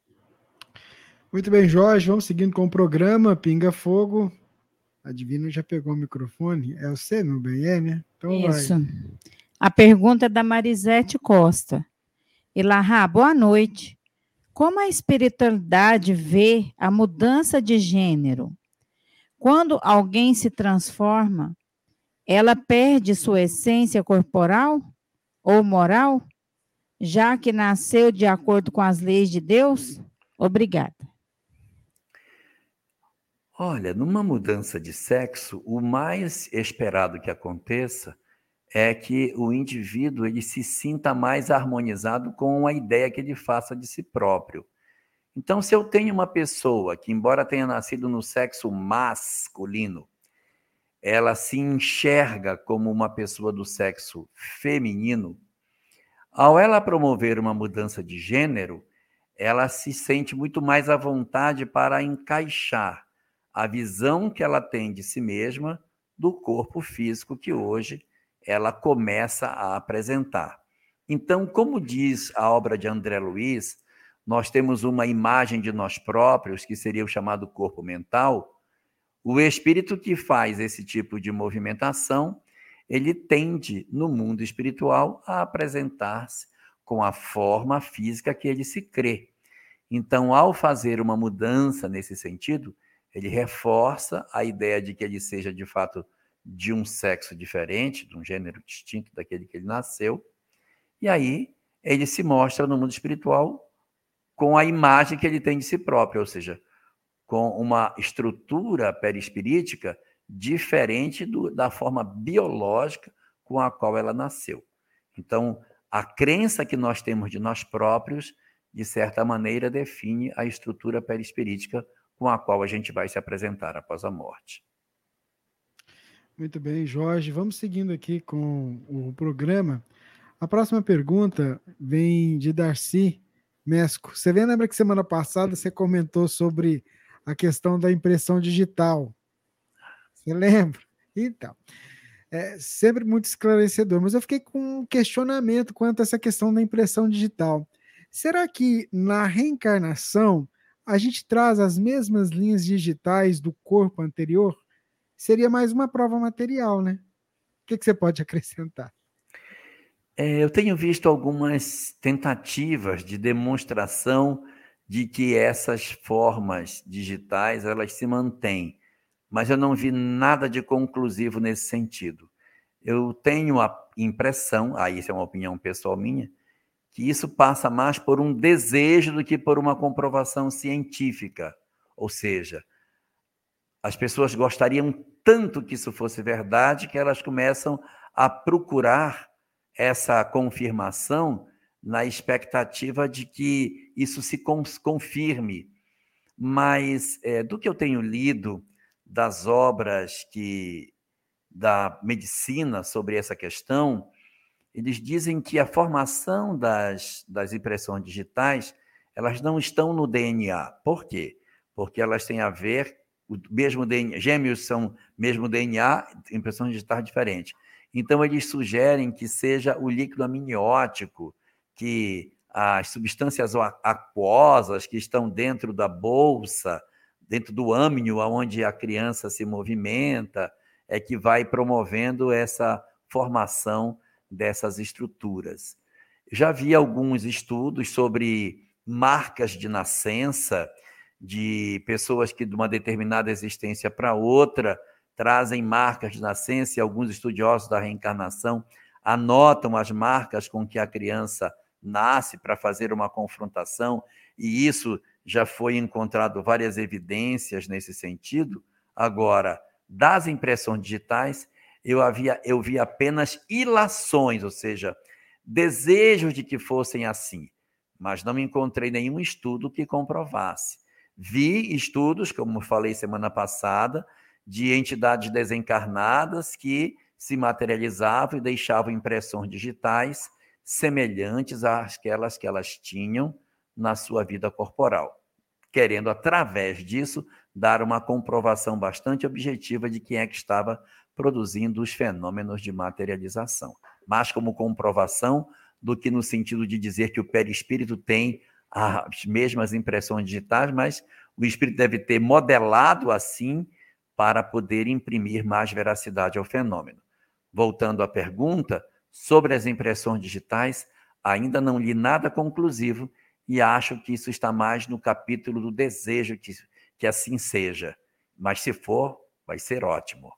Muito bem, Jorge, vamos seguindo com o programa Pinga Fogo. A Divina já pegou o microfone. É você, meu bem? É, né? Então isso. Vai. A pergunta é da Marisete Costa. Elahá, boa noite. Como a espiritualidade vê a mudança de gênero? Quando alguém se transforma, ela perde sua essência corporal ou moral, já que nasceu de acordo com as leis de Deus? Obrigada. Olha, numa mudança de sexo, o mais esperado que aconteça é que o indivíduo ele se sinta mais harmonizado com a ideia que ele faça de si próprio. Então, se eu tenho uma pessoa que, embora tenha nascido no sexo masculino, ela se enxerga como uma pessoa do sexo feminino, ao ela promover uma mudança de gênero, ela se sente muito mais à vontade para encaixar a visão que ela tem de si mesma do corpo físico que hoje ela começa a apresentar. Então, como diz a obra de André Luiz, nós temos uma imagem de nós próprios, que seria o chamado corpo mental. O espírito que faz esse tipo de movimentação, ele tende, no mundo espiritual, a apresentar-se com a forma física que ele se crê. Então, ao fazer uma mudança nesse sentido, ele reforça a ideia de que ele seja, de fato, de um sexo diferente, de um gênero distinto daquele que ele nasceu, e aí ele se mostra no mundo espiritual com a imagem que ele tem de si próprio, ou seja, com uma estrutura perispirítica diferente da forma biológica com a qual ela nasceu. Então, a crença que nós temos de nós próprios, de certa maneira, define a estrutura perispirítica com a qual a gente vai se apresentar após a morte. Muito bem, Jorge. Vamos seguindo aqui com o programa. A próxima pergunta vem de Darcy Mesco. Você lembra que semana passada você comentou sobre a questão da impressão digital? Você lembra? Então, é sempre muito esclarecedor, mas eu fiquei com um questionamento quanto a essa questão da impressão digital. Será que na reencarnação a gente traz as mesmas linhas digitais do corpo anterior? Seria mais uma prova material, né? O que você pode acrescentar? Eu tenho visto algumas tentativas de demonstração de que essas formas digitais elas se mantêm, mas eu não vi nada de conclusivo nesse sentido. Eu tenho a impressão, isso é uma opinião pessoal minha, que isso passa mais por um desejo do que por uma comprovação científica. Ou seja, as pessoas gostariam tanto que isso fosse verdade que elas começam a procurar essa confirmação na expectativa de que isso se confirme. Mas, do que eu tenho lido das obras da medicina sobre essa questão, eles dizem que a formação das impressões digitais, elas não estão no DNA. Por quê? Porque elas têm a ver, o mesmo DNA, gêmeos são mesmo DNA, impressões digitais diferentes. Então, eles sugerem que seja o líquido amniótico, que as substâncias aquosas que estão dentro da bolsa, dentro do âmnio, onde a criança se movimenta, é que vai promovendo essa formação dessas estruturas. Já vi alguns estudos sobre marcas de nascença de pessoas que de uma determinada existência para outra trazem marcas de nascença, e alguns estudiosos da reencarnação anotam as marcas com que a criança nasce para fazer uma confrontação, e isso já foi encontrado várias evidências nesse sentido. Agora, das impressões digitais, eu vi apenas ilações, ou seja, desejos de que fossem assim, mas não encontrei nenhum estudo que comprovasse. Vi estudos, como falei semana passada, de entidades desencarnadas que se materializavam e deixavam impressões digitais semelhantes àquelas que elas tinham na sua vida corporal, querendo, através disso, dar uma comprovação bastante objetiva de quem é que estava produzindo os fenômenos de materialização. Mais como comprovação do que no sentido de dizer que o perispírito tem as mesmas impressões digitais, mas o espírito deve ter modelado assim para poder imprimir mais veracidade ao fenômeno. Voltando à pergunta, sobre as impressões digitais, ainda não li nada conclusivo e acho que isso está mais no capítulo do desejo que assim seja. Mas se for, vai ser ótimo.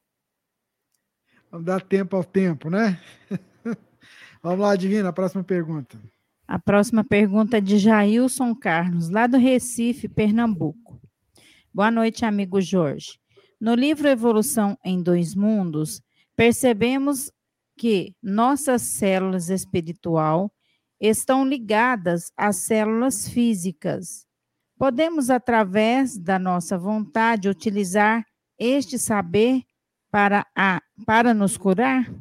Vamos dar tempo ao tempo, né? Vamos lá, Divina, a próxima pergunta. A próxima pergunta é de Jailson Carlos, lá do Recife, Pernambuco. Boa noite, amigo Jorge. No livro Evolução em Dois Mundos, percebemos que nossas células espiritual estão ligadas às células físicas. Podemos, através da nossa vontade, utilizar este saber para nos curar?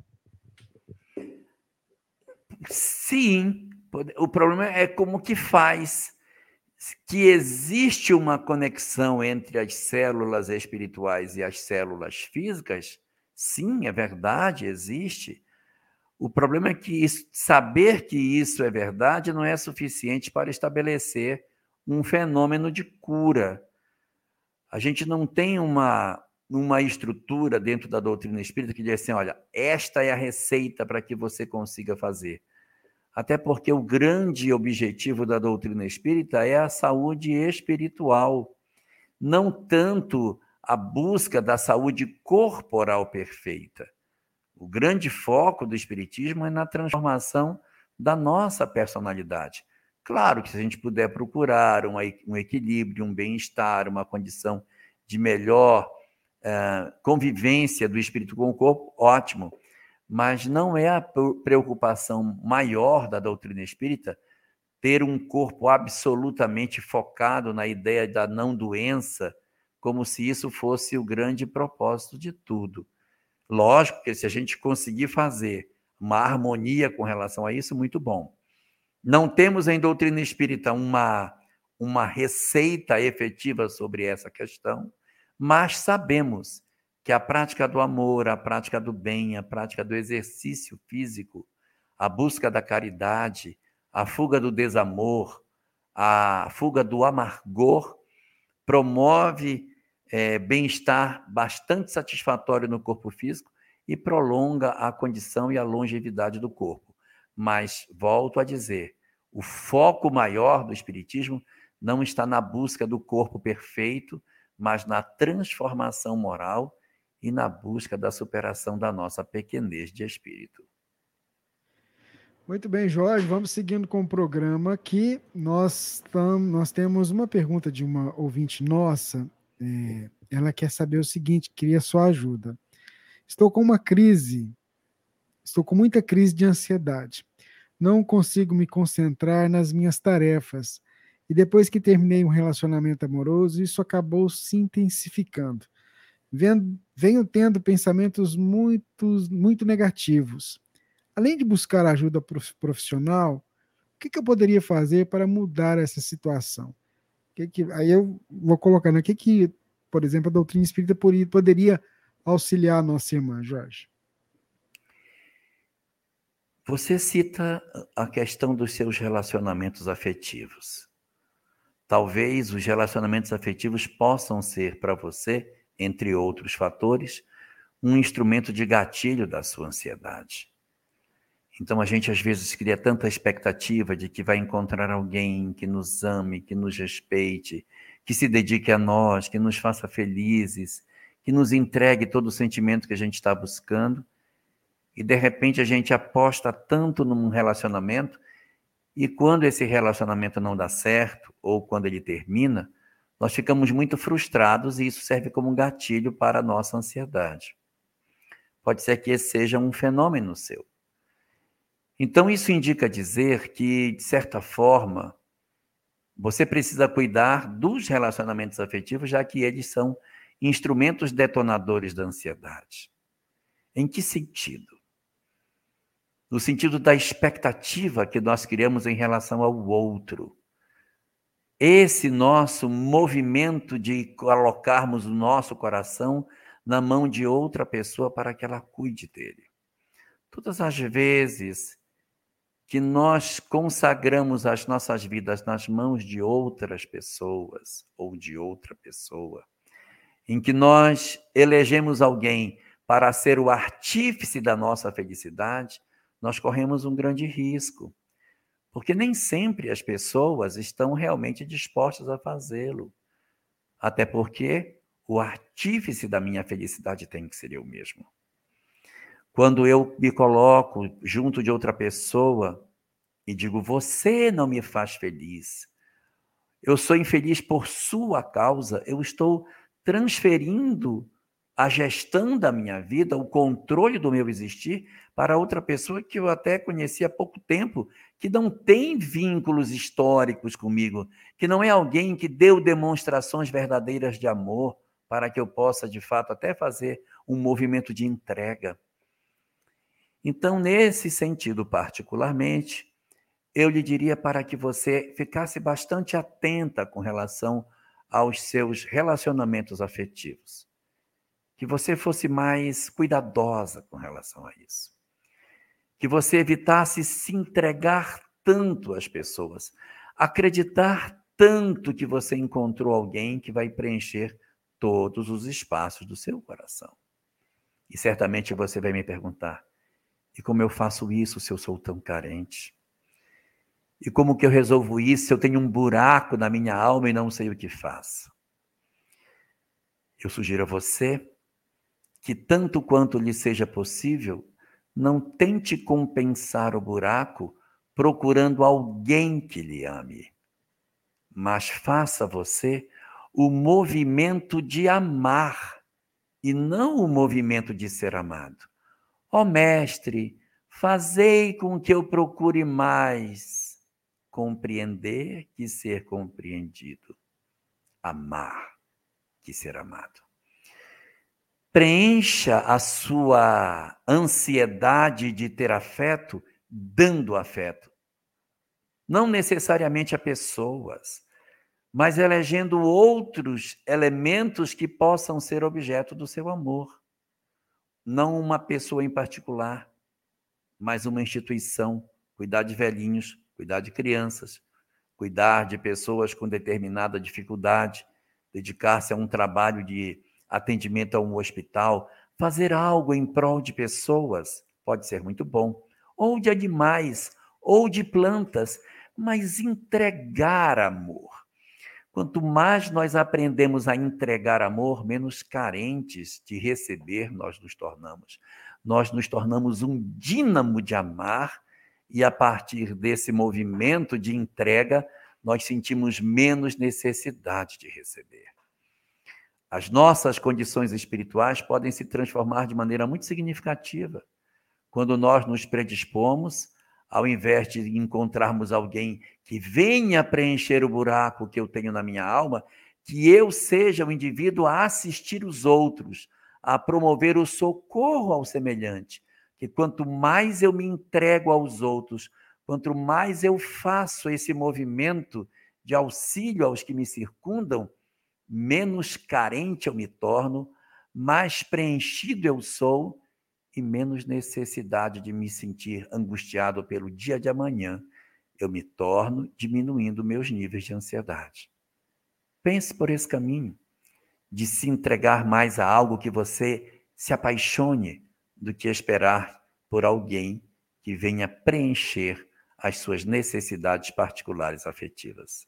Sim, o problema é como que faz. Que existe uma conexão entre as células espirituais e as células físicas, sim, é verdade, existe. O problema é que saber que isso é verdade não é suficiente para estabelecer um fenômeno de cura. A gente não tem uma estrutura dentro da doutrina espírita que diz assim, olha, esta é a receita para que você consiga fazer. Até porque o grande objetivo da doutrina espírita é a saúde espiritual, não tanto a busca da saúde corporal perfeita. O grande foco do espiritismo é na transformação da nossa personalidade. Claro que se a gente puder procurar um equilíbrio, um bem-estar, uma condição de melhor convivência do espírito com o corpo, ótimo. Mas não é a preocupação maior da doutrina espírita ter um corpo absolutamente focado na ideia da não-doença, como se isso fosse o grande propósito de tudo. Lógico que se a gente conseguir fazer uma harmonia com relação a isso, muito bom. Não temos em doutrina espírita uma receita efetiva sobre essa questão, mas sabemos que a prática do amor, a prática do bem, a prática do exercício físico, a busca da caridade, a fuga do desamor, a fuga do amargor, promove bem-estar bastante satisfatório no corpo físico e prolonga a condição e a longevidade do corpo. Mas, volto a dizer, o foco maior do espiritismo não está na busca do corpo perfeito, mas na transformação moral e na busca da superação da nossa pequenez de espírito. Muito bem, Jorge, vamos seguindo com o programa aqui. Nós temos uma pergunta de uma ouvinte nossa. Ela quer saber o seguinte, queria sua ajuda. Estou com muita crise de ansiedade. Não consigo me concentrar nas minhas tarefas. E depois que terminei um relacionamento amoroso, isso acabou se intensificando. Venho tendo pensamentos muito negativos. Além de buscar ajuda profissional, o que eu poderia fazer para mudar essa situação? Aí eu vou colocando aqui por exemplo, a doutrina espírita poderia auxiliar a nossa irmã, Jorge. Você cita a questão dos seus relacionamentos afetivos. Talvez os relacionamentos afetivos possam ser para você, entre outros fatores, um instrumento de gatilho da sua ansiedade. Então a gente às vezes cria tanta expectativa de que vai encontrar alguém que nos ame, que nos respeite, que se dedique a nós, que nos faça felizes, que nos entregue todo o sentimento que a gente está buscando. E de repente a gente aposta tanto num relacionamento e quando esse relacionamento não dá certo ou quando ele termina, nós ficamos muito frustrados e isso serve como um gatilho para a nossa ansiedade. Pode ser que esse seja um fenômeno seu. Então, isso indica dizer que, de certa forma, você precisa cuidar dos relacionamentos afetivos, já que eles são instrumentos detonadores da ansiedade. Em que sentido? No sentido da expectativa que nós criamos em relação ao outro. Esse nosso movimento de colocarmos o nosso coração na mão de outra pessoa para que ela cuide dele. Todas as vezes que nós consagramos as nossas vidas nas mãos de outras pessoas ou de outra pessoa, em que nós elegemos alguém para ser o artífice da nossa felicidade, nós corremos um grande risco, porque nem sempre as pessoas estão realmente dispostas a fazê-lo, até porque o artífice da minha felicidade tem que ser eu mesmo. Quando eu me coloco junto de outra pessoa e digo, você não me faz feliz, eu sou infeliz por sua causa, eu estou transferindo a gestão da minha vida, o controle do meu existir para outra pessoa que eu até conheci há pouco tempo, que não tem vínculos históricos comigo, que não é alguém que deu demonstrações verdadeiras de amor para que eu possa, de fato, até fazer um movimento de entrega. Então, nesse sentido particularmente, eu lhe diria para que você ficasse bastante atenta com relação aos seus relacionamentos afetivos. Que você fosse mais cuidadosa com relação a isso. Que você evitasse se entregar tanto às pessoas, acreditar tanto que você encontrou alguém que vai preencher todos os espaços do seu coração. E certamente você vai me perguntar, e como eu faço isso se eu sou tão carente? E como que eu resolvo isso se eu tenho um buraco na minha alma e não sei o que faço? Eu sugiro a você que, tanto quanto lhe seja possível, não tente compensar o buraco procurando alguém que lhe ame, mas faça você o movimento de amar e não o movimento de ser amado. Ó mestre, fazei com que eu procure mais compreender que ser compreendido, amar que ser amado. Preencha a sua ansiedade de ter afeto dando afeto. Não necessariamente a pessoas, mas elegendo outros elementos que possam ser objeto do seu amor. Não uma pessoa em particular, mas uma instituição. Cuidar de velhinhos, cuidar de crianças, cuidar de pessoas com determinada dificuldade, dedicar-se a um trabalho de atendimento a um hospital, fazer algo em prol de pessoas, pode ser muito bom, ou de animais, ou de plantas, mas entregar amor. Quanto mais nós aprendemos a entregar amor, menos carentes de receber nós nos tornamos. Nós nos tornamos um dínamo de amar e a partir desse movimento de entrega, nós sentimos menos necessidade de receber. As nossas condições espirituais podem se transformar de maneira muito significativa quando nós nos predispomos, ao invés de encontrarmos alguém que venha preencher o buraco que eu tenho na minha alma, que eu seja o indivíduo a assistir os outros, a promover o socorro ao semelhante, que quanto mais eu me entrego aos outros, quanto mais eu faço esse movimento de auxílio aos que me circundam, menos carente eu me torno, mais preenchido eu sou e menos necessidade de me sentir angustiado pelo dia de amanhã eu me torno, diminuindo meus níveis de ansiedade. Pense por esse caminho de se entregar mais a algo que você se apaixone do que esperar por alguém que venha preencher as suas necessidades particulares afetivas.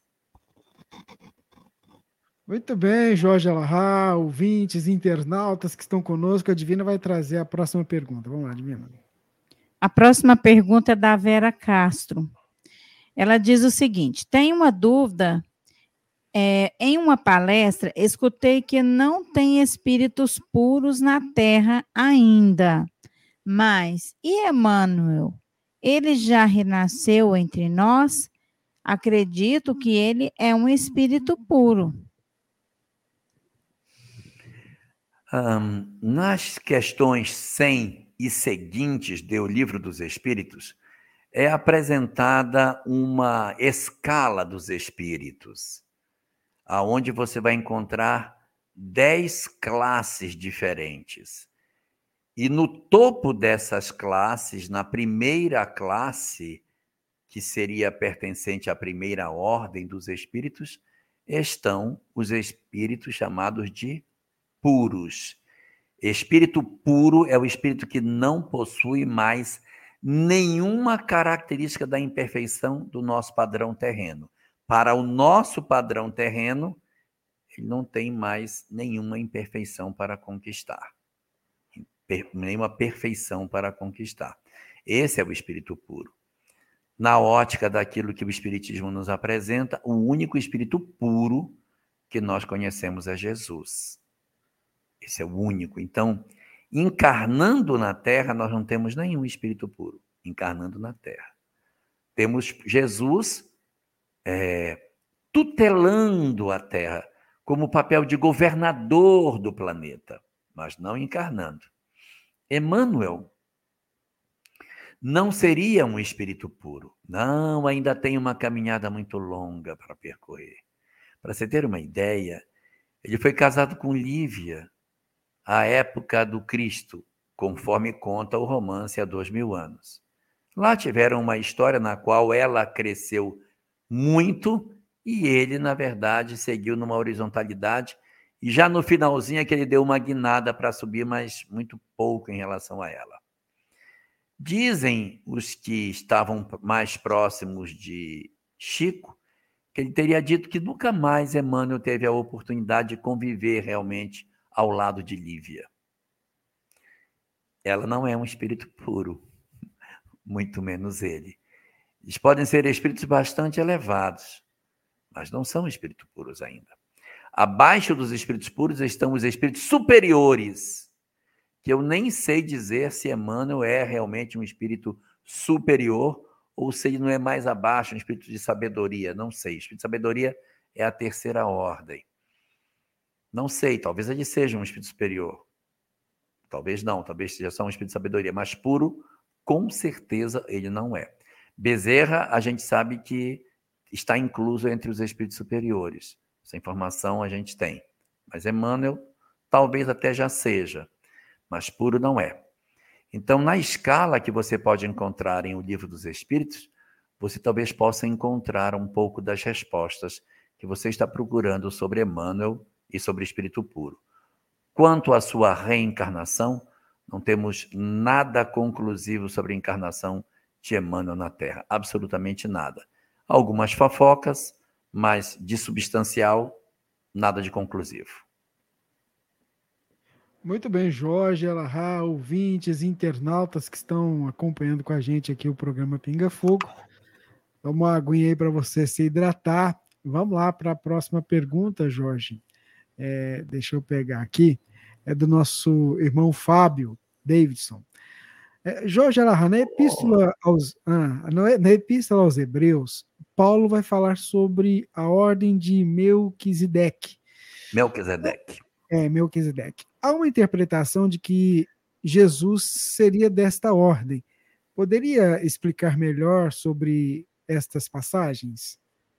Muito bem, Jorge Alahá, ouvintes, internautas que estão conosco, a Divina vai trazer a próxima pergunta. Vamos lá, Divina. A próxima pergunta é da Vera Castro. Ela diz o seguinte: tenho uma dúvida. Em uma palestra, escutei que não tem espíritos puros na Terra ainda. Mas, e Emmanuel? Ele já renasceu entre nós? Acredito que ele é um espírito puro. Nas questões 100 e seguintes do Livro dos Espíritos, é apresentada uma escala dos espíritos, aonde você vai encontrar 10 classes diferentes. E no topo dessas classes, na primeira classe, que seria pertencente à primeira ordem dos espíritos, estão os espíritos chamados de puros. Espírito puro é o espírito que não possui mais nenhuma característica da imperfeição do nosso padrão terreno. Para o nosso padrão terreno, ele não tem mais nenhuma imperfeição para conquistar. Nenhuma perfeição para conquistar. Esse é o espírito puro. Na ótica daquilo que o Espiritismo nos apresenta, o único espírito puro que nós conhecemos é Jesus. Esse é o único. Então, encarnando na Terra, nós não temos nenhum espírito puro. Encarnando na Terra. Temos Jesus tutelando a Terra, como papel de governador do planeta, mas não encarnando. Emmanuel não seria um espírito puro. Não, ainda tem uma caminhada muito longa para percorrer. Para você ter uma ideia, ele foi casado com Lívia à época do Cristo, conforme conta o romance há 2000 anos. Lá tiveram uma história na qual ela cresceu muito e ele, na verdade, seguiu numa horizontalidade e já no finalzinho é que ele deu uma guinada para subir, mas muito pouco em relação a ela. Dizem os que estavam mais próximos de Chico que ele teria dito que nunca mais Emmanuel teve a oportunidade de conviver realmente ao lado de Lívia. Ela não é um espírito puro, muito menos ele. Eles podem ser espíritos bastante elevados, mas não são espíritos puros ainda. Abaixo dos espíritos puros estão os espíritos superiores, que eu nem sei dizer se Emmanuel é realmente um espírito superior ou se ele não é mais abaixo, um espírito de sabedoria. Não sei. O espírito de sabedoria é a terceira ordem. Não sei, talvez ele seja um espírito superior. Talvez não, talvez seja só um espírito de sabedoria, mas puro, com certeza ele não é. Bezerra, a gente sabe que está incluso entre os espíritos superiores. Essa informação a gente tem. Mas Emmanuel talvez até já seja, mas puro não é. Então, na escala que você pode encontrar em O Livro dos Espíritos, você talvez possa encontrar um pouco das respostas que você está procurando sobre Emmanuel e sobre o espírito puro. Quanto à sua reencarnação, não temos nada conclusivo sobre a encarnação de Emmanuel na Terra. Absolutamente nada. Algumas fofocas, mas de substancial, nada de conclusivo. Muito bem, Jorge, Elahá, ouvintes, internautas que estão acompanhando com a gente aqui o programa Pinga Fogo. Toma uma aguinha aí para você se hidratar. Vamos lá para a próxima pergunta, Jorge. Deixa eu pegar aqui. É do nosso irmão Fábio Davidson. Jorge Elahá, na Epístola aos Hebreus, Paulo vai falar sobre a ordem de Melquisedeque. Melquisedeque. Melquisedeque. Há uma interpretação de que Jesus seria desta ordem. Poderia explicar melhor sobre estas passagens?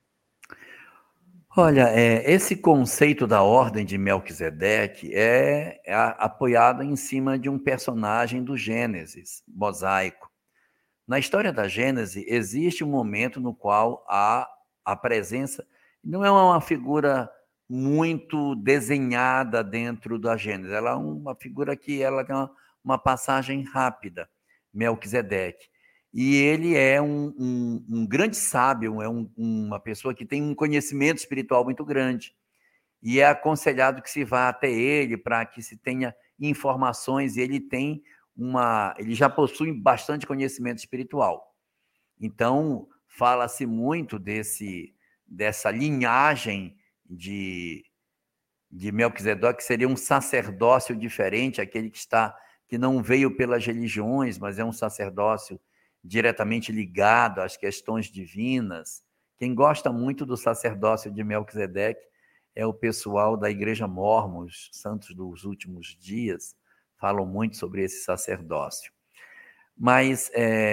Olha, esse conceito da ordem de Melquisedeque é apoiado em cima de um personagem do Gênesis, mosaico. Na história da Gênesis, existe um momento no qual há a presença, não é uma figura muito desenhada dentro da Gênesis, ela é uma figura que ela tem uma passagem rápida, Melquisedeque. E ele é um grande sábio, é uma pessoa que tem um conhecimento espiritual muito grande. E é aconselhado que se vá até ele para que se tenha informações, e ele já possui bastante conhecimento espiritual. Então, fala-se muito dessa linhagem de Melquisedeque, que seria um sacerdócio diferente, aquele que não veio pelas religiões, mas é um sacerdócio diretamente ligado às questões divinas. Quem gosta muito do sacerdócio de Melquisedeque é o pessoal da Igreja Mórmon, os santos dos últimos dias, falam muito sobre esse sacerdócio. Mas,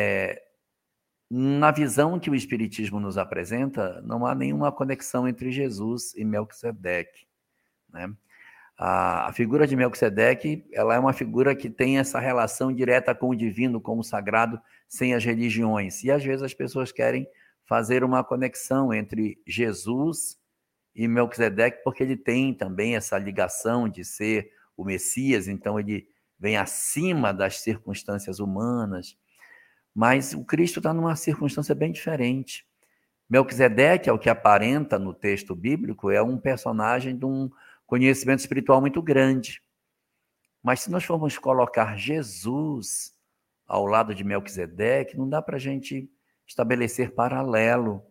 na visão que o Espiritismo nos apresenta, não há nenhuma conexão entre Jesus e Melquisedeque, né? A figura de Melquisedeque, ela é uma figura que tem essa relação direta com o divino, com o sagrado, sem as religiões. E, às vezes, as pessoas querem fazer uma conexão entre Jesus e Melquisedeque, porque ele tem também essa ligação de ser o Messias, então ele vem acima das circunstâncias humanas. Mas o Cristo está numa circunstância bem diferente. Melquisedeque, ao que aparenta no texto bíblico, é um personagem de um conhecimento espiritual muito grande. Mas se nós formos colocar Jesus ao lado de Melquisedeque, não dá para a gente estabelecer paralelo,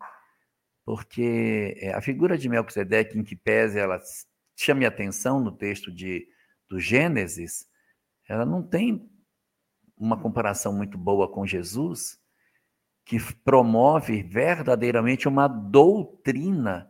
porque a figura de Melquisedeque, em que pese ela chame atenção no texto do Gênesis, ela não tem uma comparação muito boa com Jesus, que promove verdadeiramente uma doutrina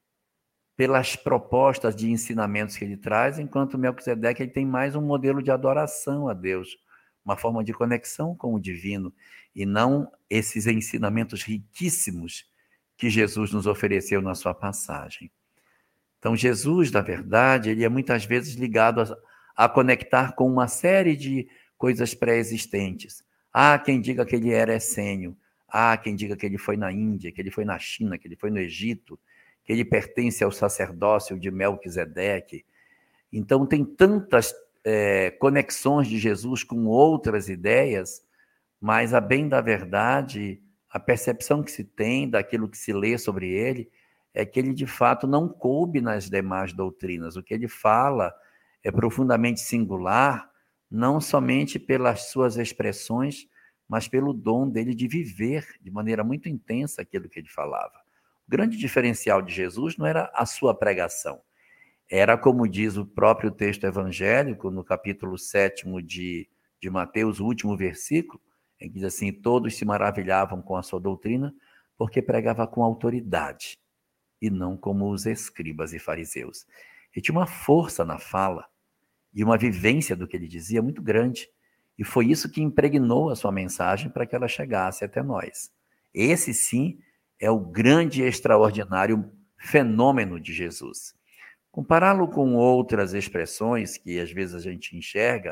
pelas propostas de ensinamentos que ele traz, enquanto Melquisedeque ele tem mais um modelo de adoração a Deus, uma forma de conexão com o divino, e não esses ensinamentos riquíssimos que Jesus nos ofereceu na sua passagem. Então, Jesus, na verdade, ele é muitas vezes ligado a conectar com uma série de coisas pré-existentes. Há quem diga que ele era essênio, há quem diga que ele foi na Índia, que ele foi na China, que ele foi no Egito, que ele pertence ao sacerdócio de Melquisedeque. Então, tem tantas conexões de Jesus com outras ideias, mas, a bem da verdade, a percepção que se tem daquilo que se lê sobre ele é que ele, de fato, não coube nas demais doutrinas. O que ele fala é profundamente singular, não somente pelas suas expressões, mas pelo dom dele de viver de maneira muito intensa aquilo que ele falava. O grande diferencial de Jesus não era a sua pregação. Era, como diz o próprio texto evangélico, no capítulo 7 de Mateus, o último versículo, em que diz assim: todos se maravilhavam com a sua doutrina, porque pregava com autoridade, e não como os escribas e fariseus. Ele tinha uma força na fala e uma vivência do que ele dizia muito grande, e foi isso que impregnou a sua mensagem para que ela chegasse até nós. Esse, sim, é o grande e extraordinário fenômeno de Jesus. Compará-lo com outras expressões que às vezes a gente enxerga,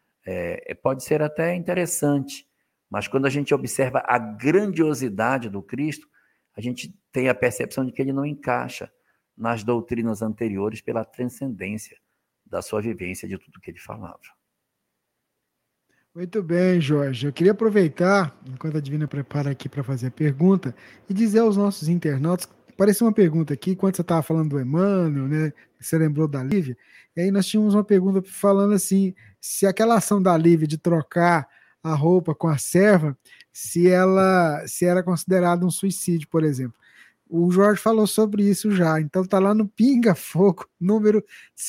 pode ser até interessante, mas quando a gente observa a grandiosidade do Cristo, a gente tem a percepção de que ele não encaixa nas doutrinas anteriores pela transcendência da sua vivência de tudo que ele falava. Muito bem, Jorge. Eu queria aproveitar, enquanto a Divina prepara aqui para fazer a pergunta, e dizer aos nossos internautas apareceu uma pergunta aqui, quando você estava falando do Emmanuel, né? Você lembrou da Lívia, e aí nós tínhamos uma pergunta falando assim, se aquela ação da Lívia de trocar a roupa com a serva, se era considerado um suicídio, por exemplo. O Jorge falou sobre isso já, então tá lá no Pinga Fogo, número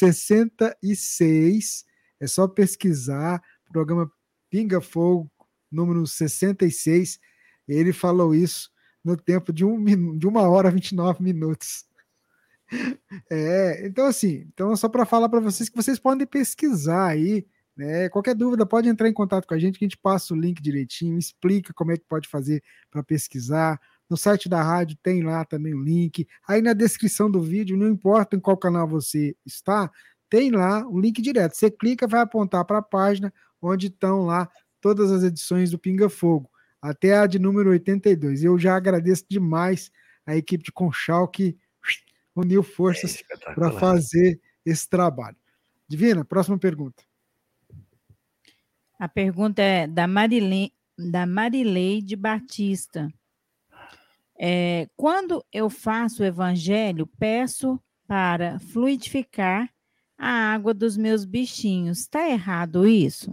66, é só pesquisar, programa Pinga Fogo, número 66, ele falou isso no tempo de 1 hora e 29 minutos. Então assim, só para falar para vocês que vocês podem pesquisar aí, né? Qualquer dúvida pode entrar em contato com a gente, que a gente passa o link direitinho, explica como é que pode fazer para pesquisar. No site da rádio tem lá também o link. Aí na descrição do vídeo, não importa em qual canal você está, tem lá o link direto. Você clica, vai apontar para a página onde estão lá todas as edições do Pinga Fogo, até a de número 82. Eu já agradeço demais a equipe de Conchal que uniu forças para fazer esse trabalho. Divina, próxima pergunta. A pergunta é da Marileide Batista. Quando eu faço o evangelho, peço para fluidificar a água dos meus bichinhos. Está errado isso?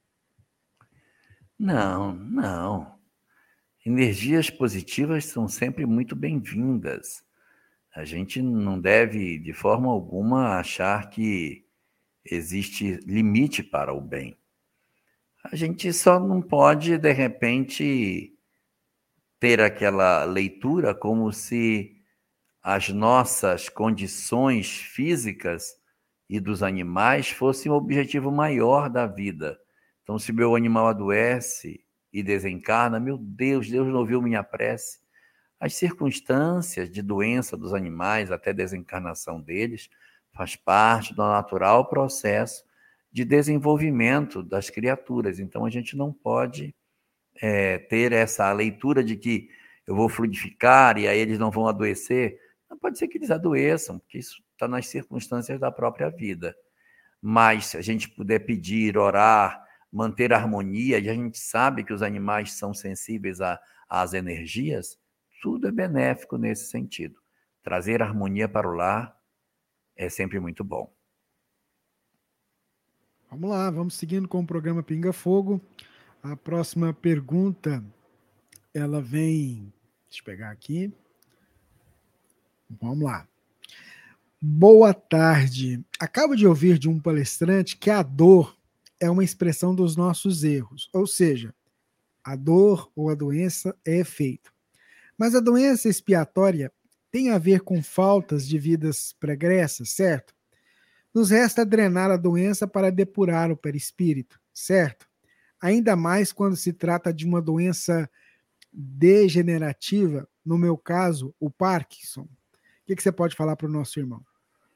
Não. Energias positivas são sempre muito bem-vindas. A gente não deve, de forma alguma, achar que existe limite para o bem. A gente só não pode, de repente, ter aquela leitura como se as nossas condições físicas e dos animais fossem o objetivo maior da vida. Então, se meu animal adoece e desencarna, meu Deus não ouviu minha prece. As circunstâncias de doença dos animais, até desencarnação deles, faz parte do natural processo de desenvolvimento das criaturas. Então, a gente não pode ter essa leitura de que eu vou fluidificar e aí eles não vão adoecer. Não pode ser que eles adoeçam, porque isso está nas circunstâncias da própria vida. Mas, se a gente puder pedir, orar, manter a harmonia, e a gente sabe que os animais são sensíveis às energias, tudo é benéfico nesse sentido. Trazer harmonia para o lar é sempre muito bom. Vamos lá, vamos seguindo com o programa Pinga Fogo. A próxima pergunta, ela vem... Deixa eu pegar aqui. Vamos lá. Boa tarde. Acabo de ouvir de um palestrante que a dor é uma expressão dos nossos erros. Ou seja, a dor ou a doença é efeito. Mas a doença expiatória tem a ver com faltas de vidas pregressas, certo? Nos resta drenar a doença para depurar o perispírito, certo? Ainda mais quando se trata de uma doença degenerativa, no meu caso, o Parkinson. O que você pode falar para o nosso irmão?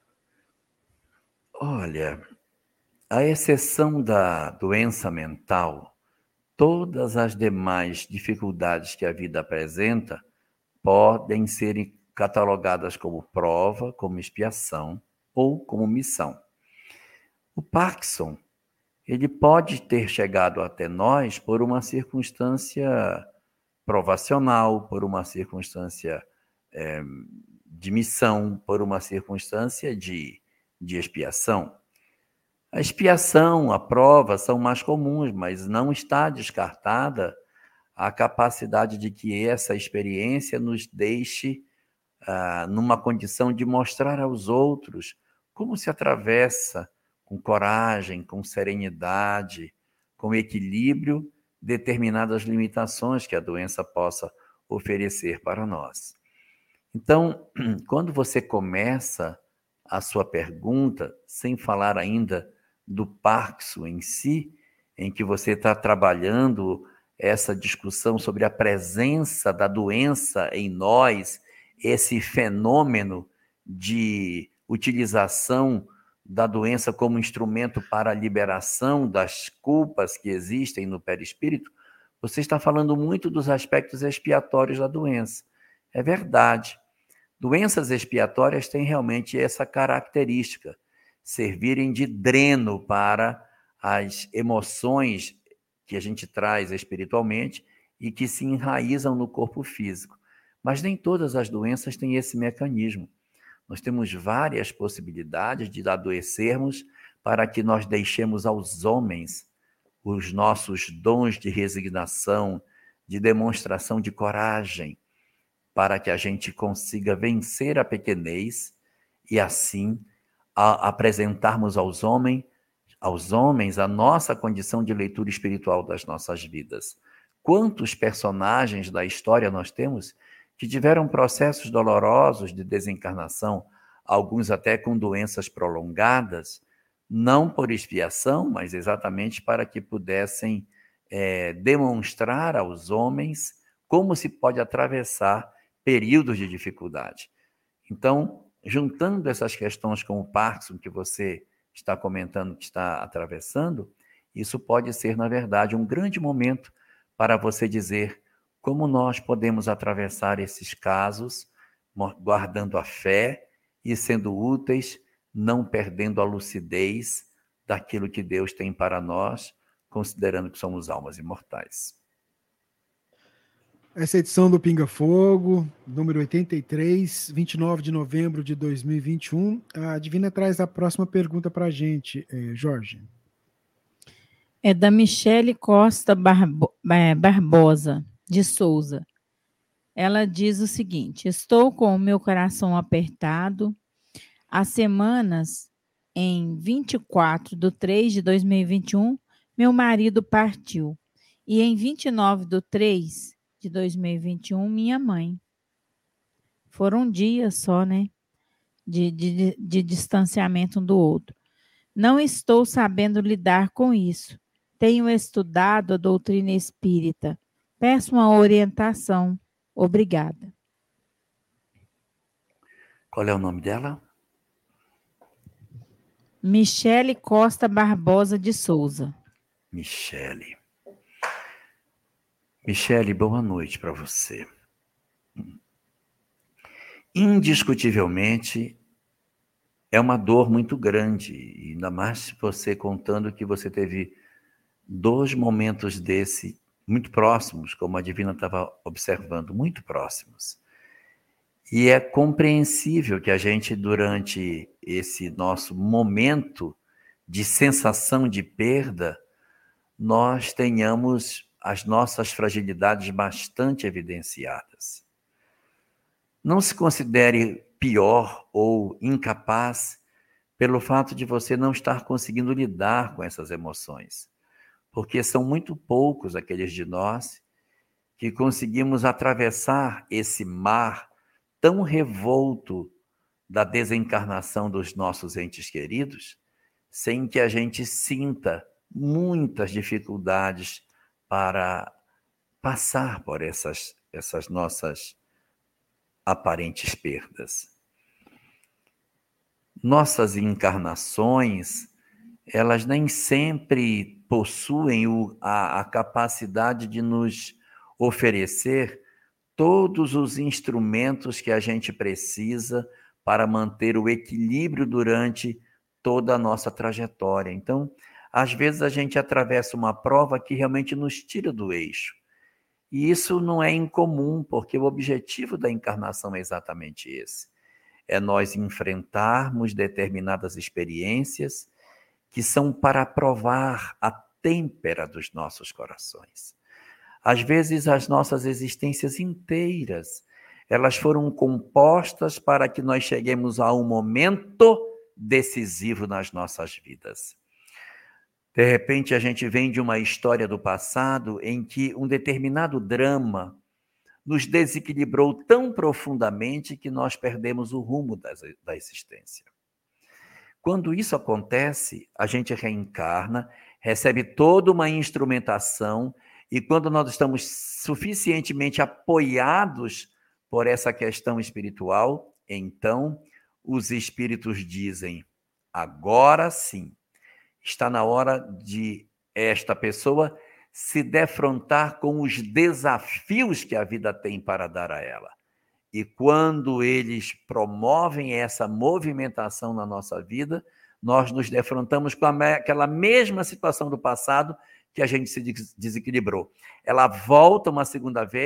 Olha, à exceção da doença mental, todas as demais dificuldades que a vida apresenta podem ser catalogadas como prova, como expiação ou como missão. O Parkinson, ele pode ter chegado até nós por uma circunstância provacional, por uma circunstância de missão, por uma circunstância de expiação. A expiação, a prova são mais comuns, mas não está descartada a capacidade de que essa experiência nos deixe numa condição de mostrar aos outros como se atravessa com coragem, com serenidade, com equilíbrio, determinadas limitações que a doença possa oferecer para nós. Então, quando você começa a sua pergunta, sem falar ainda do Parkinson em si, em que você está trabalhando essa discussão sobre a presença da doença em nós, esse fenômeno de utilização da doença como instrumento para a liberação das culpas que existem no perispírito, você está falando muito dos aspectos expiatórios da doença. É verdade. Doenças expiatórias têm realmente essa característica, servirem de dreno para as emoções que a gente traz espiritualmente e que se enraizam no corpo físico. Mas nem todas as doenças têm esse mecanismo. Nós temos várias possibilidades de adoecermos para que nós deixemos aos homens os nossos dons de resignação, de demonstração de coragem, para que a gente consiga vencer a pequenez e assim apresentarmos aos homens a nossa condição de leitura espiritual das nossas vidas. Quantos personagens da história nós temos que tiveram processos dolorosos de desencarnação, alguns até com doenças prolongadas, não por expiação, mas exatamente para que pudessem demonstrar aos homens como se pode atravessar períodos de dificuldade. Então, juntando essas questões com o Parkinson que você está comentando que está atravessando, isso pode ser, na verdade, um grande momento para você dizer como nós podemos atravessar esses casos, guardando a fé e sendo úteis, não perdendo a lucidez daquilo que Deus tem para nós, considerando que somos almas imortais. Essa edição do Pinga Fogo, número 83, 29 de novembro de 2021. A Divina traz a próxima pergunta para a gente, Jorge. É da Michele Costa Barbosa, de Souza. Ela diz o seguinte: estou com o meu coração apertado. Há semanas, em 24/3/2021, meu marido partiu. E em 29/3/2021, minha mãe. Foram dias só, né? De distanciamento um do outro. Não estou sabendo lidar com isso. Tenho estudado a doutrina espírita. Peço uma orientação. Obrigada. Qual é o nome dela? Michele Costa Barbosa de Souza. Michele, boa noite para você. Indiscutivelmente, é uma dor muito grande, ainda mais você contando que você teve 2 momentos desse muito próximos, como a Divina estava observando, muito próximos. E é compreensível que a gente, durante esse nosso momento de sensação de perda, nós tenhamos as nossas fragilidades bastante evidenciadas. Não se considere pior ou incapaz pelo fato de você não estar conseguindo lidar com essas emoções, porque são muito poucos aqueles de nós que conseguimos atravessar esse mar tão revolto da desencarnação dos nossos entes queridos, sem que a gente sinta muitas dificuldades para passar por essas nossas aparentes perdas. Nossas encarnações, elas nem sempre possuem a capacidade de nos oferecer todos os instrumentos que a gente precisa para manter o equilíbrio durante toda a nossa trajetória. Então, às vezes a gente atravessa uma prova que realmente nos tira do eixo. E isso não é incomum, porque o objetivo da encarnação é exatamente esse. É nós enfrentarmos determinadas experiências que são para provar a têmpera dos nossos corações. Às vezes, as nossas existências inteiras, elas foram compostas para que nós cheguemos a um momento decisivo nas nossas vidas. De repente, a gente vem de uma história do passado em que um determinado drama nos desequilibrou tão profundamente que nós perdemos o rumo da existência. Quando isso acontece, a gente reencarna, recebe toda uma instrumentação, e quando nós estamos suficientemente apoiados por essa questão espiritual, então os espíritos dizem: agora sim, está na hora de esta pessoa se defrontar com os desafios que a vida tem para dar a ela. E quando eles promovem essa movimentação na nossa vida, nós nos defrontamos com aquela mesma situação do passado que a gente se desequilibrou. Ela volta uma segunda vez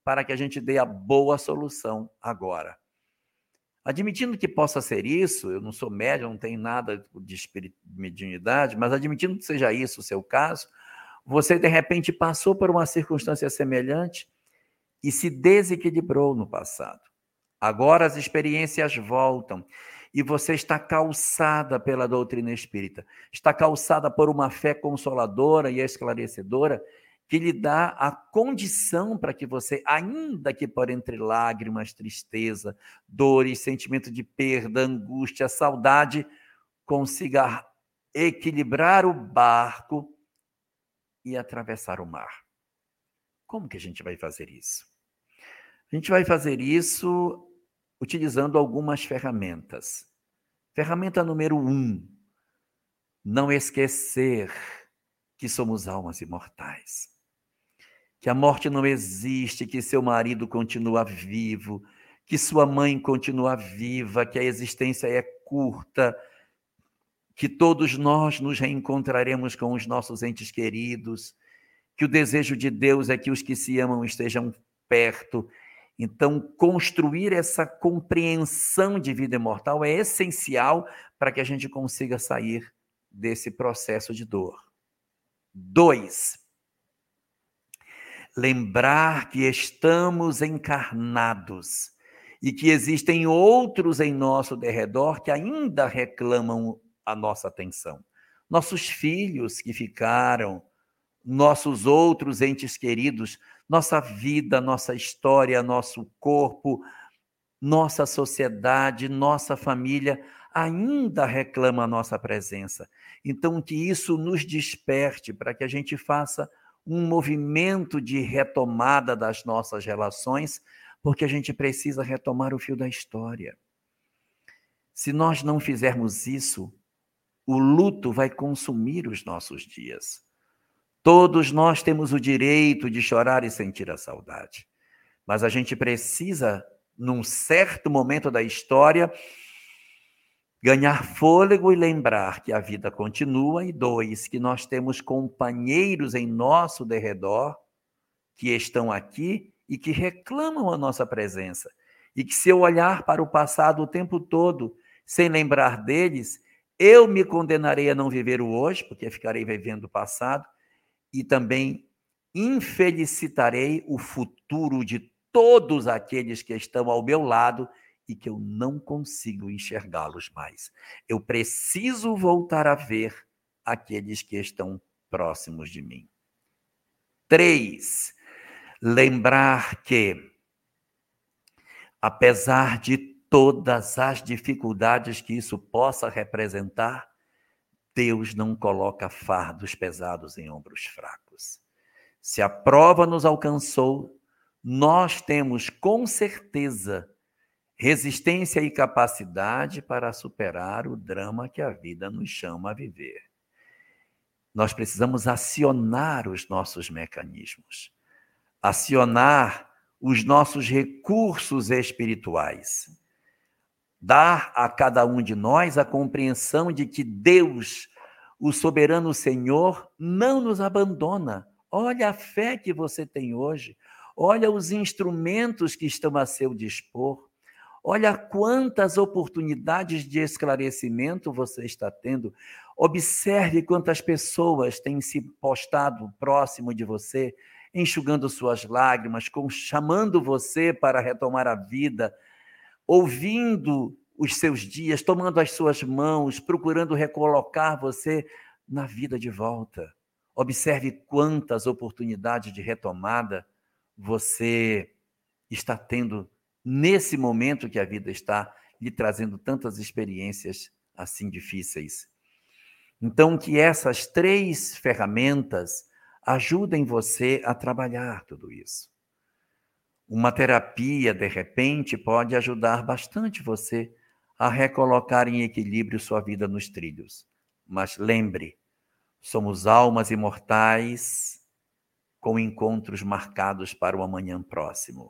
para que a gente dê a boa solução agora. Admitindo que possa ser isso, eu não sou médium, não tenho nada de mediunidade, mas admitindo que seja isso o seu caso, você de repente passou por uma circunstância semelhante e se desequilibrou no passado. Agora as experiências voltam e você está calçada pela doutrina espírita, está calçada por uma fé consoladora e esclarecedora que lhe dá a condição para que você, ainda que por entre lágrimas, tristeza, dores, sentimento de perda, angústia, saudade, consiga equilibrar o barco e atravessar o mar. Como que a gente vai fazer isso? A gente vai fazer isso utilizando algumas ferramentas. Ferramenta número 1, não esquecer que somos almas imortais, que a morte não existe, que seu marido continua vivo, que sua mãe continua viva, que a existência é curta, que todos nós nos reencontraremos com os nossos entes queridos, que o desejo de Deus é que os que se amam estejam perto. Então, construir essa compreensão de vida imortal é essencial para que a gente consiga sair desse processo de dor. 2, lembrar que estamos encarnados e que existem outros em nosso derredor que ainda reclamam a nossa atenção. Nossos filhos que ficaram, nossos outros entes queridos, nossa vida, nossa história, nosso corpo, nossa sociedade, nossa família ainda reclama a nossa presença. Então, que isso nos desperte para que a gente faça um movimento de retomada das nossas relações, porque a gente precisa retomar o fio da história. Se nós não fizermos isso, o luto vai consumir os nossos dias. Todos nós temos o direito de chorar e sentir a saudade, mas a gente precisa, num certo momento da história, ganhar fôlego e lembrar que a vida continua. E 2, que nós temos companheiros em nosso derredor que estão aqui e que reclamam a nossa presença. E que se eu olhar para o passado o tempo todo, sem lembrar deles, eu me condenarei a não viver o hoje, porque ficarei vivendo o passado, e também infelicitarei o futuro de todos aqueles que estão ao meu lado e que eu não consigo enxergá-los mais. Eu preciso voltar a ver aqueles que estão próximos de mim. 3, lembrar que, apesar de todas as dificuldades que isso possa representar, Deus não coloca fardos pesados em ombros fracos. Se a prova nos alcançou, nós temos com certeza resistência e capacidade para superar o drama que a vida nos chama a viver. Nós precisamos acionar os nossos mecanismos, acionar os nossos recursos espirituais, dar a cada um de nós a compreensão de que Deus, o soberano Senhor, não nos abandona. Olha a fé que você tem hoje, olha os instrumentos que estão a seu dispor, olha quantas oportunidades de esclarecimento você está tendo. Observe quantas pessoas têm se postado próximo de você, enxugando suas lágrimas, chamando você para retomar a vida, ouvindo os seus dias, tomando as suas mãos, procurando recolocar você na vida de volta. Observe quantas oportunidades de retomada você está tendo nesse momento que a vida está lhe trazendo tantas experiências assim difíceis. Então, que essas 3 ferramentas ajudem você a trabalhar tudo isso. Uma terapia, de repente, pode ajudar bastante você a recolocar em equilíbrio sua vida nos trilhos. Mas lembre, somos almas imortais com encontros marcados para o amanhã próximo.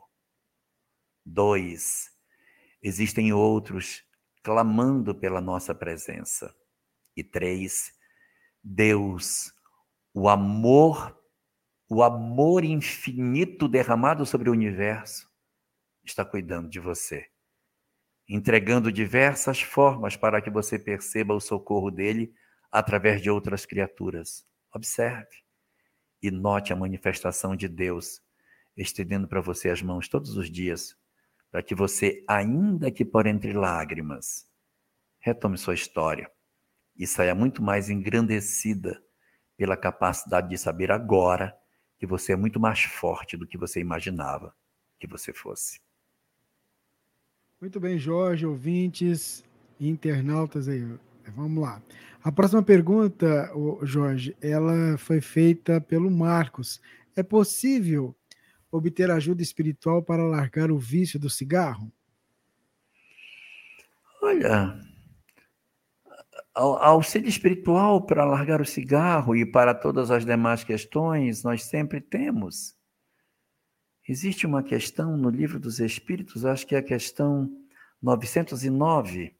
2, existem outros clamando pela nossa presença. E 3, Deus, o amor o amor infinito derramado sobre o universo está cuidando de você, entregando diversas formas para que você perceba o socorro dele através de outras criaturas. Observe e note a manifestação de Deus estendendo para você as mãos todos os dias, para que você, ainda que por entre lágrimas, retome sua história e saia muito mais engrandecida pela capacidade de saber agora que você é muito mais forte do que você imaginava que você fosse. Muito bem, Jorge, ouvintes e internautas aí. Vamos lá. A próxima pergunta, Jorge, ela foi feita pelo Marcos. É possível obter ajuda espiritual para largar o vício do cigarro? Olha, auxílio espiritual para largar o cigarro e para todas as demais questões, nós sempre temos. Existe uma questão no Livro dos Espíritos, acho que é a questão 909.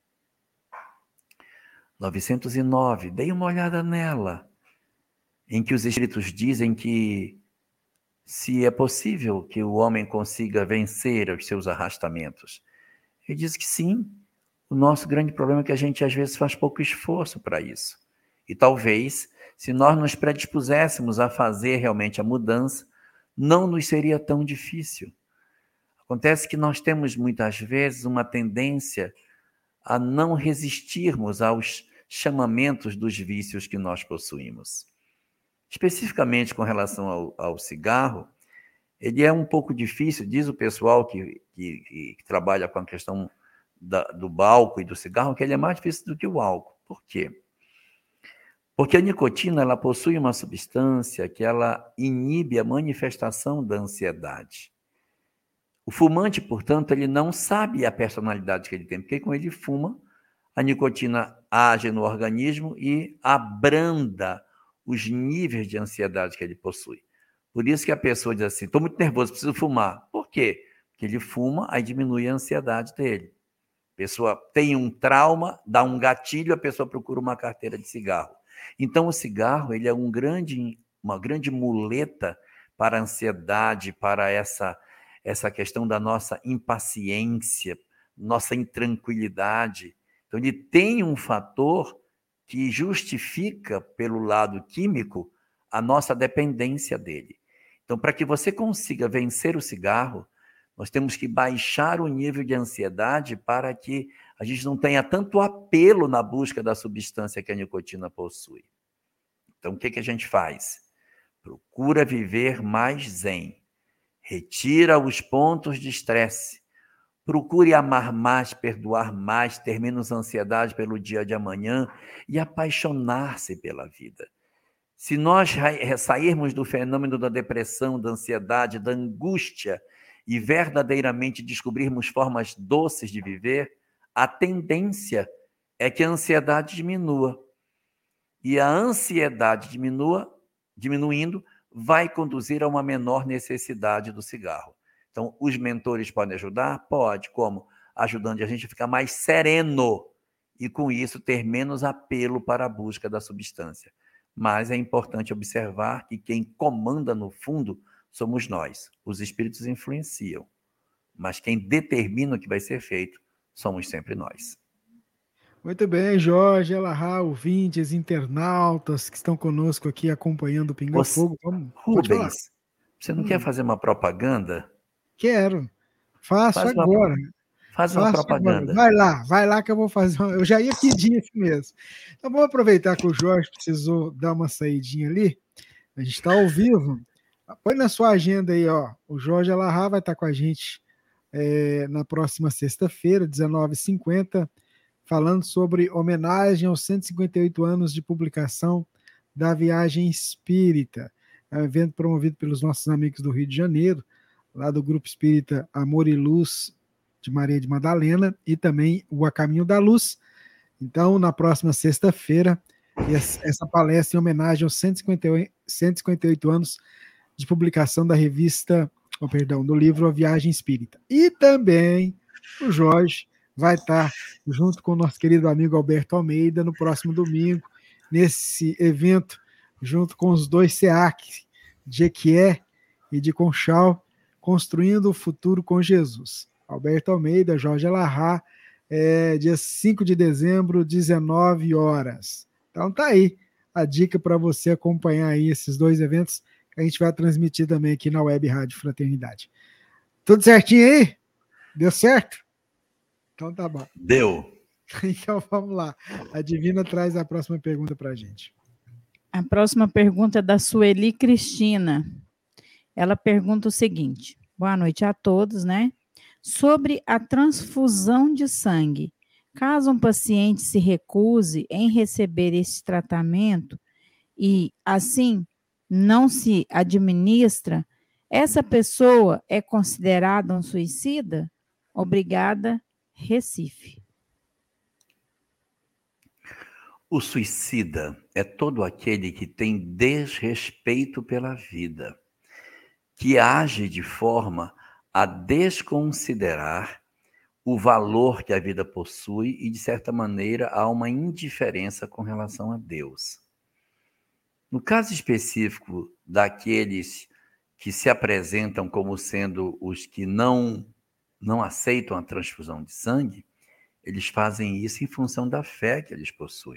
909, dei uma olhada nela, em que os Espíritos dizem que se é possível que o homem consiga vencer os seus arrastamentos. Ele diz que sim. O nosso grande problema é que a gente, às vezes, faz pouco esforço para isso. E talvez, se nós nos predispuséssemos a fazer realmente a mudança, não nos seria tão difícil. Acontece que nós temos, muitas vezes, uma tendência a não resistirmos aos chamamentos dos vícios que nós possuímos. Especificamente com relação ao cigarro, ele é um pouco difícil, diz o pessoal que trabalha com a questão do álcool e do cigarro, que ele é mais difícil do que o álcool. Por quê? Porque a nicotina ela possui uma substância que ela inibe a manifestação da ansiedade. O fumante, portanto, ele não sabe a personalidade que ele tem, porque quando ele fuma, a nicotina age no organismo e abranda os níveis de ansiedade que ele possui. Por isso que a pessoa diz assim, estou muito nervoso, preciso fumar. Por quê? Porque ele fuma, aí diminui a ansiedade dele. A pessoa tem um trauma, dá um gatilho, a pessoa procura uma carteira de cigarro. Então, o cigarro ele é uma grande muleta para a ansiedade, para essa questão da nossa impaciência, nossa intranquilidade. Então, ele tem um fator que justifica, pelo lado químico, a nossa dependência dele. Então, para que você consiga vencer o cigarro, nós temos que baixar o nível de ansiedade para que a gente não tenha tanto apelo na busca da substância que a nicotina possui. Então, o que a gente faz? Procura viver mais zen. Retira os pontos de estresse. Procure amar mais, perdoar mais, ter menos ansiedade pelo dia de amanhã e apaixonar-se pela vida. Se nós sairmos do fenômeno da depressão, da ansiedade, da angústia e verdadeiramente descobrirmos formas doces de viver, a tendência é que a ansiedade diminua. E a ansiedade diminuindo, vai conduzir a uma menor necessidade do cigarro. Então, os mentores podem ajudar? Pode. Como? Ajudando a gente a ficar mais sereno e, com isso, ter menos apelo para a busca da substância. Mas é importante observar que quem comanda, no fundo, somos nós. Os espíritos influenciam. Mas quem determina o que vai ser feito somos sempre nós. Muito bem, Jorge, Elahá, ouvintes, internautas que estão conosco aqui acompanhando o Pinga Fogo. Rubens, você não quer fazer uma propaganda? Quero. Faço agora. Faz uma propaganda. Agora. Vai lá que eu vou fazer. Eu já ia pedir isso mesmo. Então vamos aproveitar que o Jorge precisou dar uma saidinha ali. A gente está ao vivo. Põe na sua agenda aí, ó. O Jorge Elahá vai estar com a gente na próxima sexta-feira, 19h50, falando sobre homenagem aos 158 anos de publicação da Viagem Espírita. É um evento promovido pelos nossos amigos do Rio de Janeiro, lá do Grupo Espírita Amor e Luz de Maria de Madalena, e também o A Caminho da Luz. Então, na próxima sexta-feira, essa palestra em homenagem aos 158 anos de publicação da revista, do livro A Viagem Espírita. E também o Jorge vai estar junto com o nosso querido amigo Alberto Almeida no próximo domingo, nesse evento, junto com os dois SEAC, de Equié e de Conchal, Construindo o Futuro com Jesus. Alberto Almeida, Jorge Alahá, dia 5 de dezembro, 19 horas. Então tá aí a dica para você acompanhar aí esses dois eventos que a gente vai transmitir também aqui na Web Rádio Fraternidade. Tudo certinho aí? Deu certo? Então tá bom. Deu. Então vamos lá. A Divina traz a próxima pergunta para a gente. A próxima pergunta é da Sueli Cristina. Ela pergunta o seguinte: boa noite a todos, né? Sobre a transfusão de sangue. Caso um paciente se recuse em receber esse tratamento e, assim, não se administra, essa pessoa é considerada um suicida? Obrigada, Recife. O suicida é todo aquele que tem desrespeito pela vida, que age de forma a desconsiderar o valor que a vida possui e, de certa maneira, há uma indiferença com relação a Deus. No caso específico daqueles que se apresentam como sendo os que não aceitam a transfusão de sangue, eles fazem isso em função da fé que eles possuem.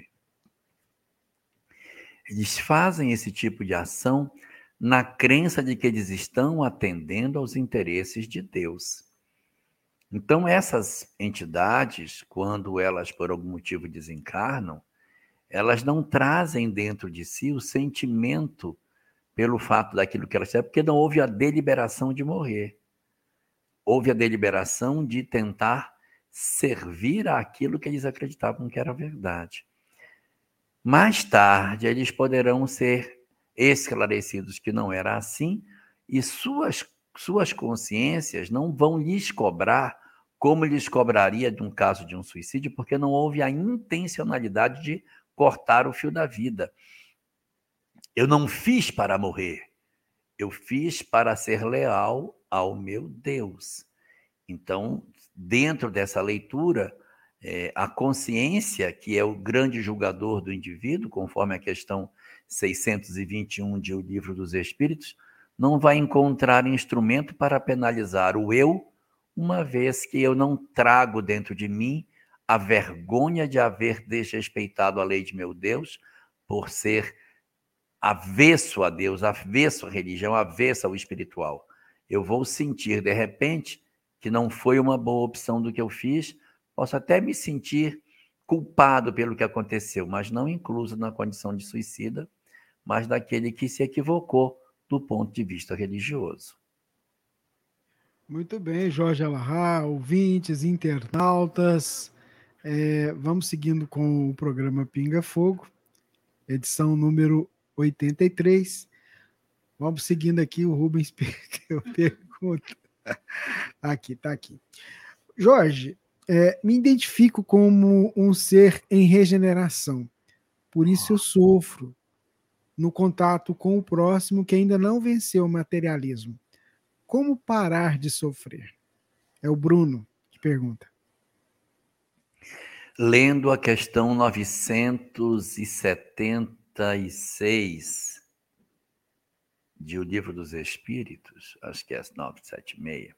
Eles fazem esse tipo de ação na crença de que eles estão atendendo aos interesses de Deus. Então, essas entidades, quando elas por algum motivo desencarnam, elas não trazem dentro de si o sentimento pelo fato daquilo que elas fizeram, porque não houve a deliberação de morrer. Houve a deliberação de tentar servir àquilo que eles acreditavam que era verdade. Mais tarde, eles poderão ser esclarecidos que não era assim e suas consciências não vão lhes cobrar como lhes cobraria de um caso de um suicídio, porque não houve a intencionalidade de cortar o fio da vida. Eu não fiz para morrer, eu fiz para ser leal ao meu Deus. Então, dentro dessa leitura, a consciência, que é o grande julgador do indivíduo, conforme a questão 621 de O Livro dos Espíritos, não vai encontrar instrumento para penalizar o eu, uma vez que eu não trago dentro de mim a vergonha de haver desrespeitado a lei de meu Deus, por ser avesso a Deus, avesso à religião, avesso ao espiritual. Eu vou sentir, de repente, que não foi uma boa opção do que eu fiz, posso até me sentir culpado pelo que aconteceu, mas não incluso na condição de suicida, mas daquele que se equivocou do ponto de vista religioso. Muito bem, Jorge Alahá, ouvintes, internautas. Vamos seguindo com o programa Pinga Fogo, edição número 83. Vamos seguindo aqui, o Rubens perdeu a pergunta. Tá aqui. Jorge, me identifico como um ser em regeneração. Por isso eu sofro no contato com o próximo que ainda não venceu o materialismo. Como parar de sofrer? É o Bruno que pergunta. Lendo a questão 976 de O Livro dos Espíritos, acho que é 976,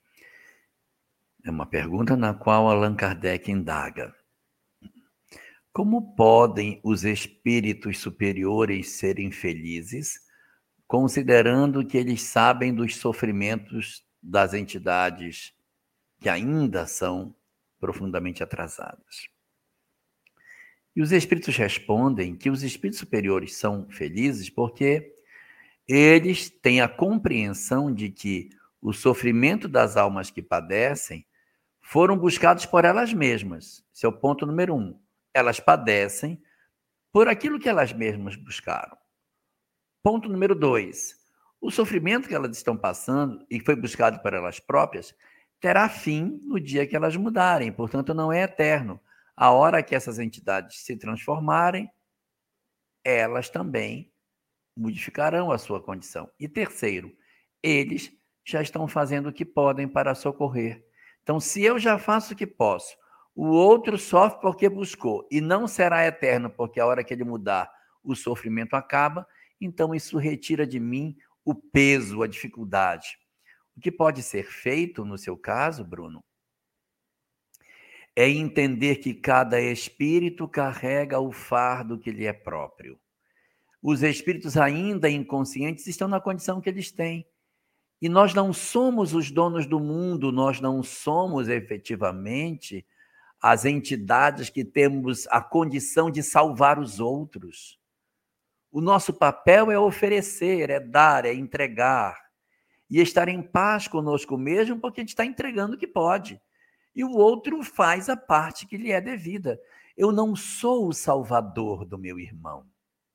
é uma pergunta na qual Allan Kardec indaga: como podem os espíritos superiores serem felizes, considerando que eles sabem dos sofrimentos das entidades que ainda são profundamente atrasadas? E os espíritos respondem que os espíritos superiores são felizes porque eles têm a compreensão de que o sofrimento das almas que padecem foram buscados por elas mesmas. Esse é o ponto número 1. Elas padecem por aquilo que elas mesmas buscaram. Ponto número 2. O sofrimento que elas estão passando e foi buscado por elas próprias terá fim no dia que elas mudarem, portanto não é eterno. A hora que essas entidades se transformarem, elas também modificarão a sua condição. E terceiro, eles já estão fazendo o que podem para socorrer. Então, se eu já faço o que posso, o outro sofre porque buscou e não será eterno, porque a hora que ele mudar, o sofrimento acaba, então isso retira de mim o peso, a dificuldade. O que pode ser feito, no seu caso, Bruno, é entender que cada espírito carrega o fardo que lhe é próprio. Os espíritos ainda inconscientes estão na condição que eles têm. E nós não somos os donos do mundo, nós não somos efetivamente as entidades que temos a condição de salvar os outros. O nosso papel é oferecer, é dar, é entregar. E estar em paz conosco mesmo, porque a gente está entregando o que pode. E o outro faz a parte que lhe é devida. Eu não sou o salvador do meu irmão.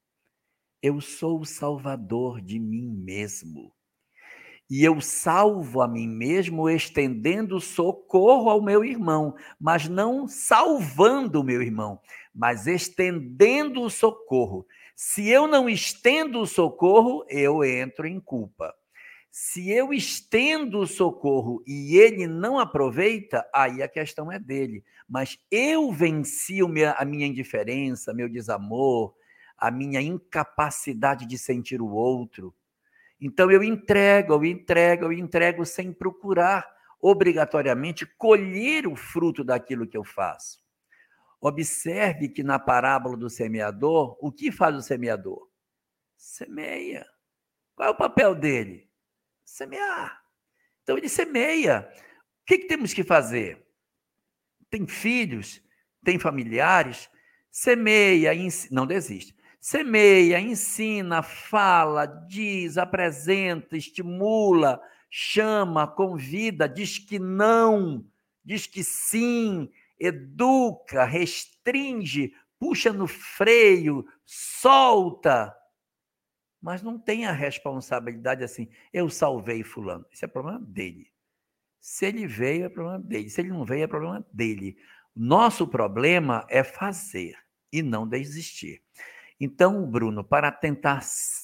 Eu sou o salvador de mim mesmo. E eu salvo a mim mesmo estendendo socorro ao meu irmão, mas não salvando o meu irmão, mas estendendo o socorro. Se eu não estendo o socorro, eu entro em culpa. Se eu estendo o socorro e ele não aproveita, aí a questão é dele. Mas eu venci a minha indiferença, meu desamor, a minha incapacidade de sentir o outro. Então eu entrego sem procurar obrigatoriamente colher o fruto daquilo que eu faço. Observe que na parábola do semeador, o que faz o semeador? Semeia. Qual é o papel dele? Semear. Então ele semeia. O que temos que fazer? Tem filhos, tem familiares, semeia, não desiste. Semeia, ensina, fala, diz, apresenta, estimula, chama, convida, diz que não, diz que sim, educa, restringe, puxa no freio, solta. Mas não tem a responsabilidade assim, eu salvei fulano. Isso é problema dele. Se ele veio, é problema dele. Se ele não veio, é problema dele. Nosso problema é fazer e não desistir. Então, Bruno, para tentar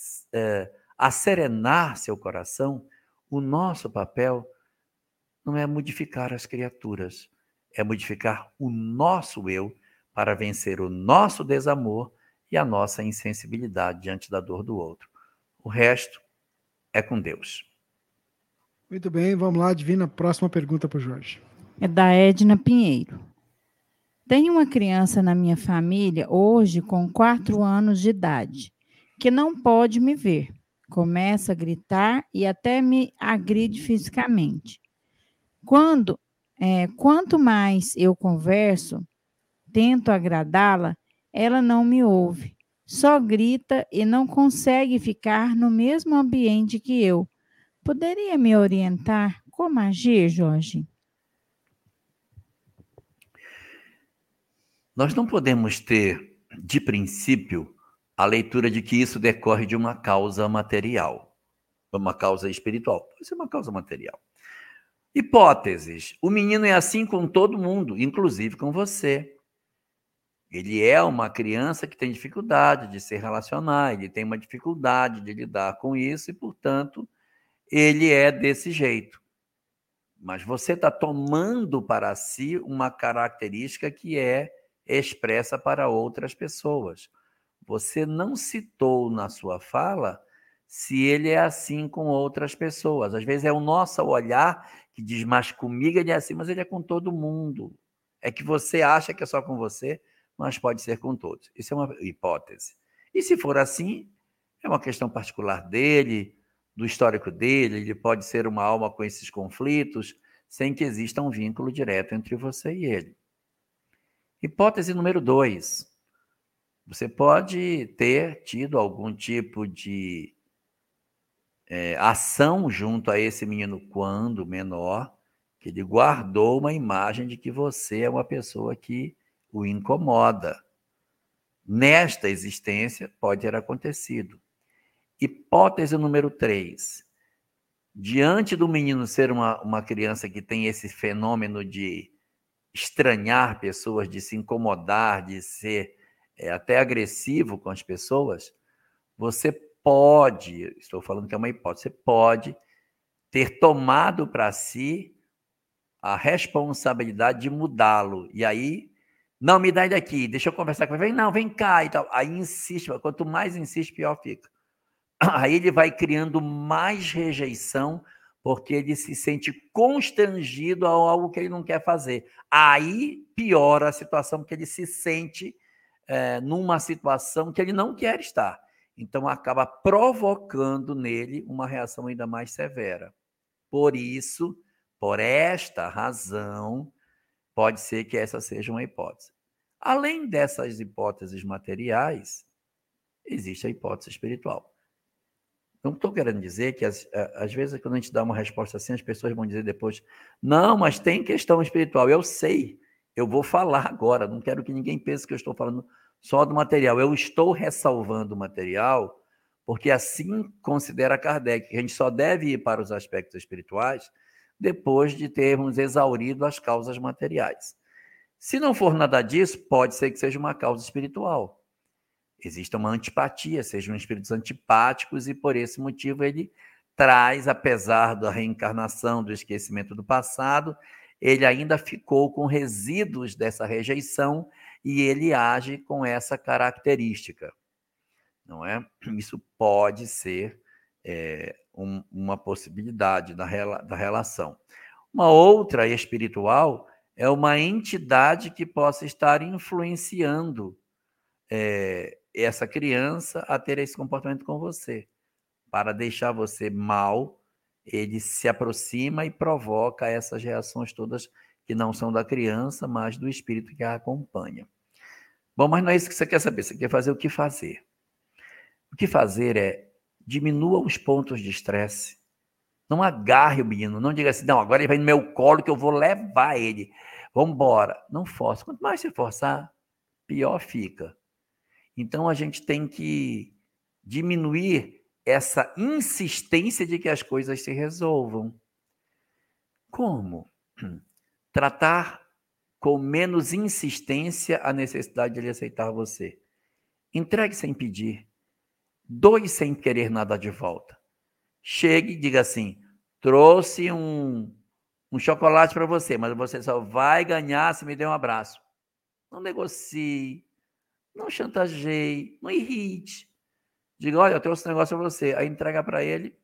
acerenar seu coração, o nosso papel não é modificar as criaturas, é modificar o nosso eu para vencer o nosso desamor e a nossa insensibilidade diante da dor do outro. O resto é com Deus. Muito bem, vamos lá, Divina, próxima pergunta para o Jorge. É da Edna Pinheiro. Tenho uma criança na minha família, hoje com 4 anos de idade, que não pode me ver. Começa a gritar e até me agride fisicamente. Quanto mais eu converso, tento agradá-la, ela não me ouve. Só grita e não consegue ficar no mesmo ambiente que eu. Poderia me orientar como agir, Jorge? Nós não podemos ter, de princípio, a leitura de que isso decorre de uma causa material, uma causa espiritual. Pode ser uma causa material. Hipóteses. O menino é assim com todo mundo, inclusive com você. Ele é uma criança que tem dificuldade de se relacionar, ele tem uma dificuldade de lidar com isso e, portanto, ele é desse jeito. Mas você está tomando para si uma característica que é expressa para outras pessoas. Você não citou na sua fala se ele é assim com outras pessoas. Às vezes é o nosso olhar que diz, mas comigo ele é assim, mas ele é com todo mundo. É que você acha que é só com você, mas pode ser com todos. Isso é uma hipótese. E se for assim, é uma questão particular dele, do histórico dele, ele pode ser uma alma com esses conflitos, sem que exista um vínculo direto entre você e ele. Hipótese número 2. Você pode ter tido algum tipo de ação junto a esse menino quando menor, que ele guardou uma imagem de que você é uma pessoa que o incomoda. Nesta existência, pode ter acontecido. Hipótese número 3. Diante do menino ser uma criança que tem esse fenômeno de estranhar pessoas, de se incomodar, de ser até agressivo com as pessoas, você pode, estou falando que é uma hipótese, você pode ter tomado para si a responsabilidade de mudá-lo. E aí, não, me dá daqui, deixa eu conversar com ele. Não, vem cá e tal. Aí insiste, quanto mais insiste, pior fica. aí ele vai criando mais rejeição, porque ele se sente constrangido a algo que ele não quer fazer. Aí piora a situação, porque ele se sente numa situação que ele não quer estar. Então, acaba provocando nele uma reação ainda mais severa. Por isso, por esta razão, pode ser que essa seja uma hipótese. Além dessas hipóteses materiais, existe a hipótese espiritual. Não estou querendo dizer que, às vezes, quando a gente dá uma resposta assim, as pessoas vão dizer depois, não, mas tem questão espiritual. Eu sei, eu vou falar agora, não quero que ninguém pense que eu estou falando só do material. Eu estou ressalvando o material, porque assim considera Kardec, que a gente só deve ir para os aspectos espirituais depois de termos exaurido as causas materiais. Se não for nada disso, pode ser que seja uma causa espiritual. Existe uma antipatia, sejam espíritos antipáticos, e por esse motivo ele traz, apesar da reencarnação, do esquecimento do passado, ele ainda ficou com resíduos dessa rejeição e ele age com essa característica. Não é? Isso pode ser uma possibilidade da relação. Uma outra espiritual é uma entidade que possa estar influenciando essa criança a ter esse comportamento com você. Para deixar você mal, ele se aproxima e provoca essas reações todas que não são da criança, mas do espírito que a acompanha. Bom, mas não é isso que você quer saber, você quer fazer o que fazer. O que fazer é diminua os pontos de estresse. Não agarre o menino, não diga assim, não, agora ele vai no meu colo que eu vou levar ele. Vamos embora. Não force. Quanto mais você forçar, pior fica. Então, a gente tem que diminuir essa insistência de que as coisas se resolvam. Como? Tratar com menos insistência a necessidade de ele aceitar você. Entregue sem pedir. Doe sem querer nada de volta. Chegue e diga assim, trouxe um chocolate para você, mas você só vai ganhar se me der um abraço. Não negocie. Não chantageie, não irrite. Diga, olha, eu trouxe um negócio para você. Aí entrega para ele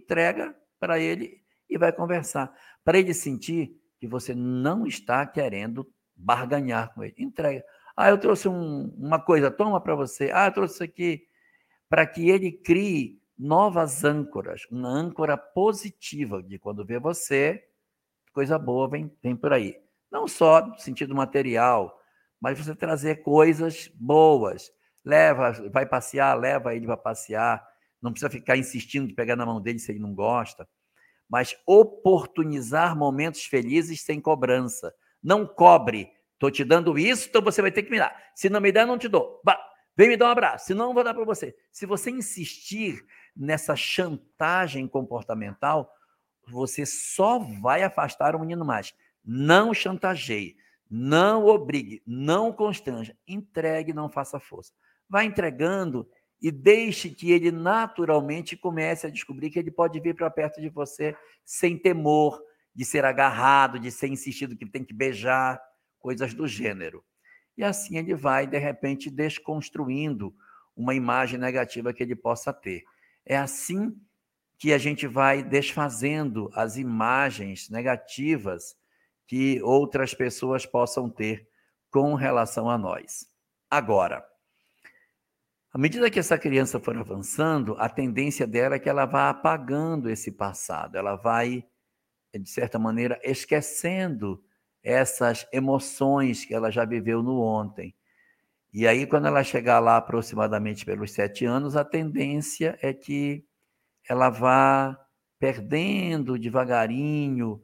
e vai conversar. Para ele sentir que você não está querendo barganhar com ele. Entrega. Eu trouxe uma coisa, toma para você. Eu trouxe isso aqui. Para que ele crie novas âncoras. Uma âncora positiva de quando vê você, coisa boa vem por aí. Não só no sentido material, mas você trazer coisas boas. Vai passear, leva ele para passear. Não precisa ficar insistindo de pegar na mão dele se ele não gosta. Mas oportunizar momentos felizes sem cobrança. Não cobre. Estou te dando isso, então você vai ter que me dar. Se não me der, não te dou. Vem me dar um abraço, senão não vou dar para você. Se você insistir nessa chantagem comportamental, você só vai afastar o menino mais. Não chantageie. Não obrigue, não constranja, entregue, não faça força. Vá entregando e deixe que ele naturalmente comece a descobrir que ele pode vir para perto de você sem temor de ser agarrado, de ser insistido que tem que beijar, coisas do gênero. E assim ele vai, de repente, desconstruindo uma imagem negativa que ele possa ter. É assim que a gente vai desfazendo as imagens negativas que outras pessoas possam ter com relação a nós. Agora, à medida que essa criança for avançando, a tendência dela é que ela vá apagando esse passado, ela vai, de certa maneira, esquecendo essas emoções que ela já viveu no ontem. E aí, quando ela chegar lá aproximadamente pelos 7 anos, a tendência é que ela vá perdendo devagarinho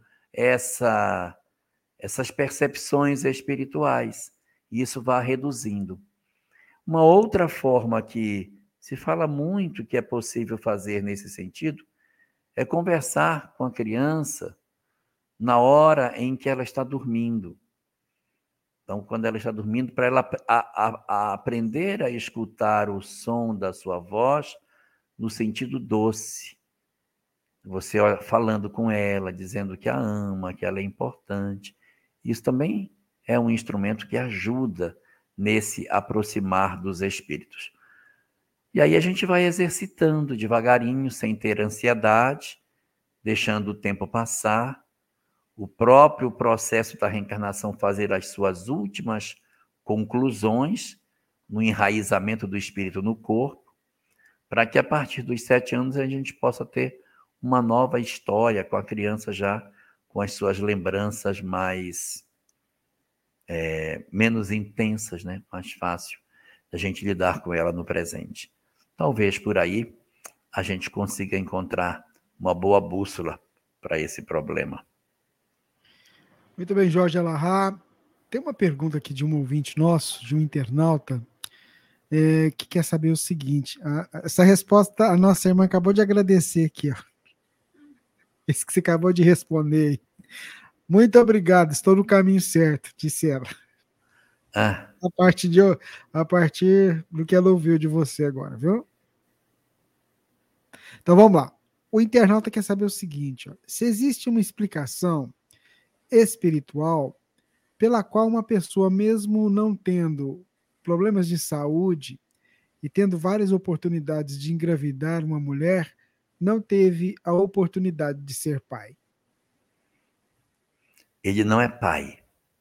essas percepções espirituais. E isso vai reduzindo. Uma outra forma que se fala muito que é possível fazer nesse sentido é conversar com a criança na hora em que ela está dormindo. Então, quando ela está dormindo, para ela aprender a escutar o som da sua voz no sentido doce. Você falando com ela, dizendo que a ama, que ela é importante. Isso também é um instrumento que ajuda nesse aproximar dos espíritos. E aí a gente vai exercitando devagarinho, sem ter ansiedade, deixando o tempo passar, o próprio processo da reencarnação fazer as suas últimas conclusões no enraizamento do espírito no corpo, para que a partir dos 7 anos a gente possa ter uma nova história com a criança já com as suas lembranças menos intensas, né? Mais fácil a gente lidar com ela no presente. Talvez por aí a gente consiga encontrar uma boa bússola para esse problema. Muito bem, Jorge Alahá. Tem uma pergunta aqui de um ouvinte nosso, de um internauta, que quer saber o seguinte. Essa resposta a nossa irmã acabou de agradecer aqui, ó. Esse que você acabou de responder aí. Muito obrigado, estou no caminho certo, disse ela. A partir do que ela ouviu de você agora, viu? Então vamos lá. O internauta quer saber o seguinte, ó, se existe uma explicação espiritual pela qual uma pessoa, mesmo não tendo problemas de saúde e tendo várias oportunidades de engravidar uma mulher, não teve a oportunidade de ser pai. Ele não é pai.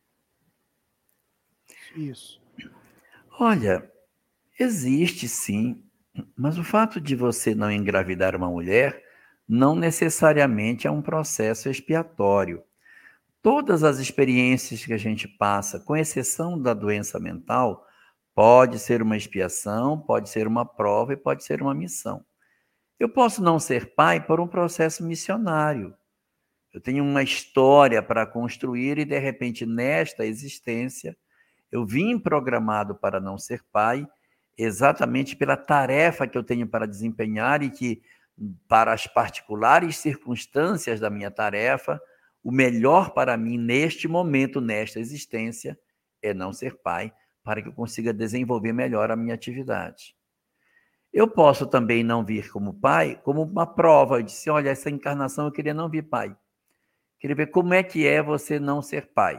Isso. Olha, existe sim, mas o fato de você não engravidar uma mulher não necessariamente é um processo expiatório. Todas as experiências que a gente passa, com exceção da doença mental, pode ser uma expiação, pode ser uma prova e pode ser uma missão. Eu posso não ser pai por um processo missionário. Eu tenho uma história para construir e, de repente, nesta existência, eu vim programado para não ser pai exatamente pela tarefa que eu tenho para desempenhar e que, para as particulares circunstâncias da minha tarefa, o melhor para mim neste momento, nesta existência, é não ser pai, para que eu consiga desenvolver melhor a minha atividade. Eu posso também não vir como pai, como uma prova. Eu disse, olha, essa encarnação eu queria não vir pai. Queria ver como é que é você não ser pai.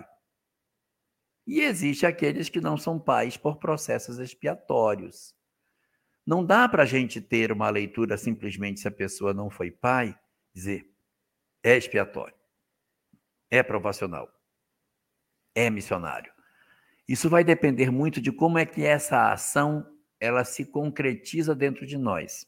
E existe aqueles que não são pais por processos expiatórios. Não dá para a gente ter uma leitura simplesmente se a pessoa não foi pai, dizer, é expiatório, é provacional, é missionário. Isso vai depender muito de como é que essa ação ela se concretiza dentro de nós.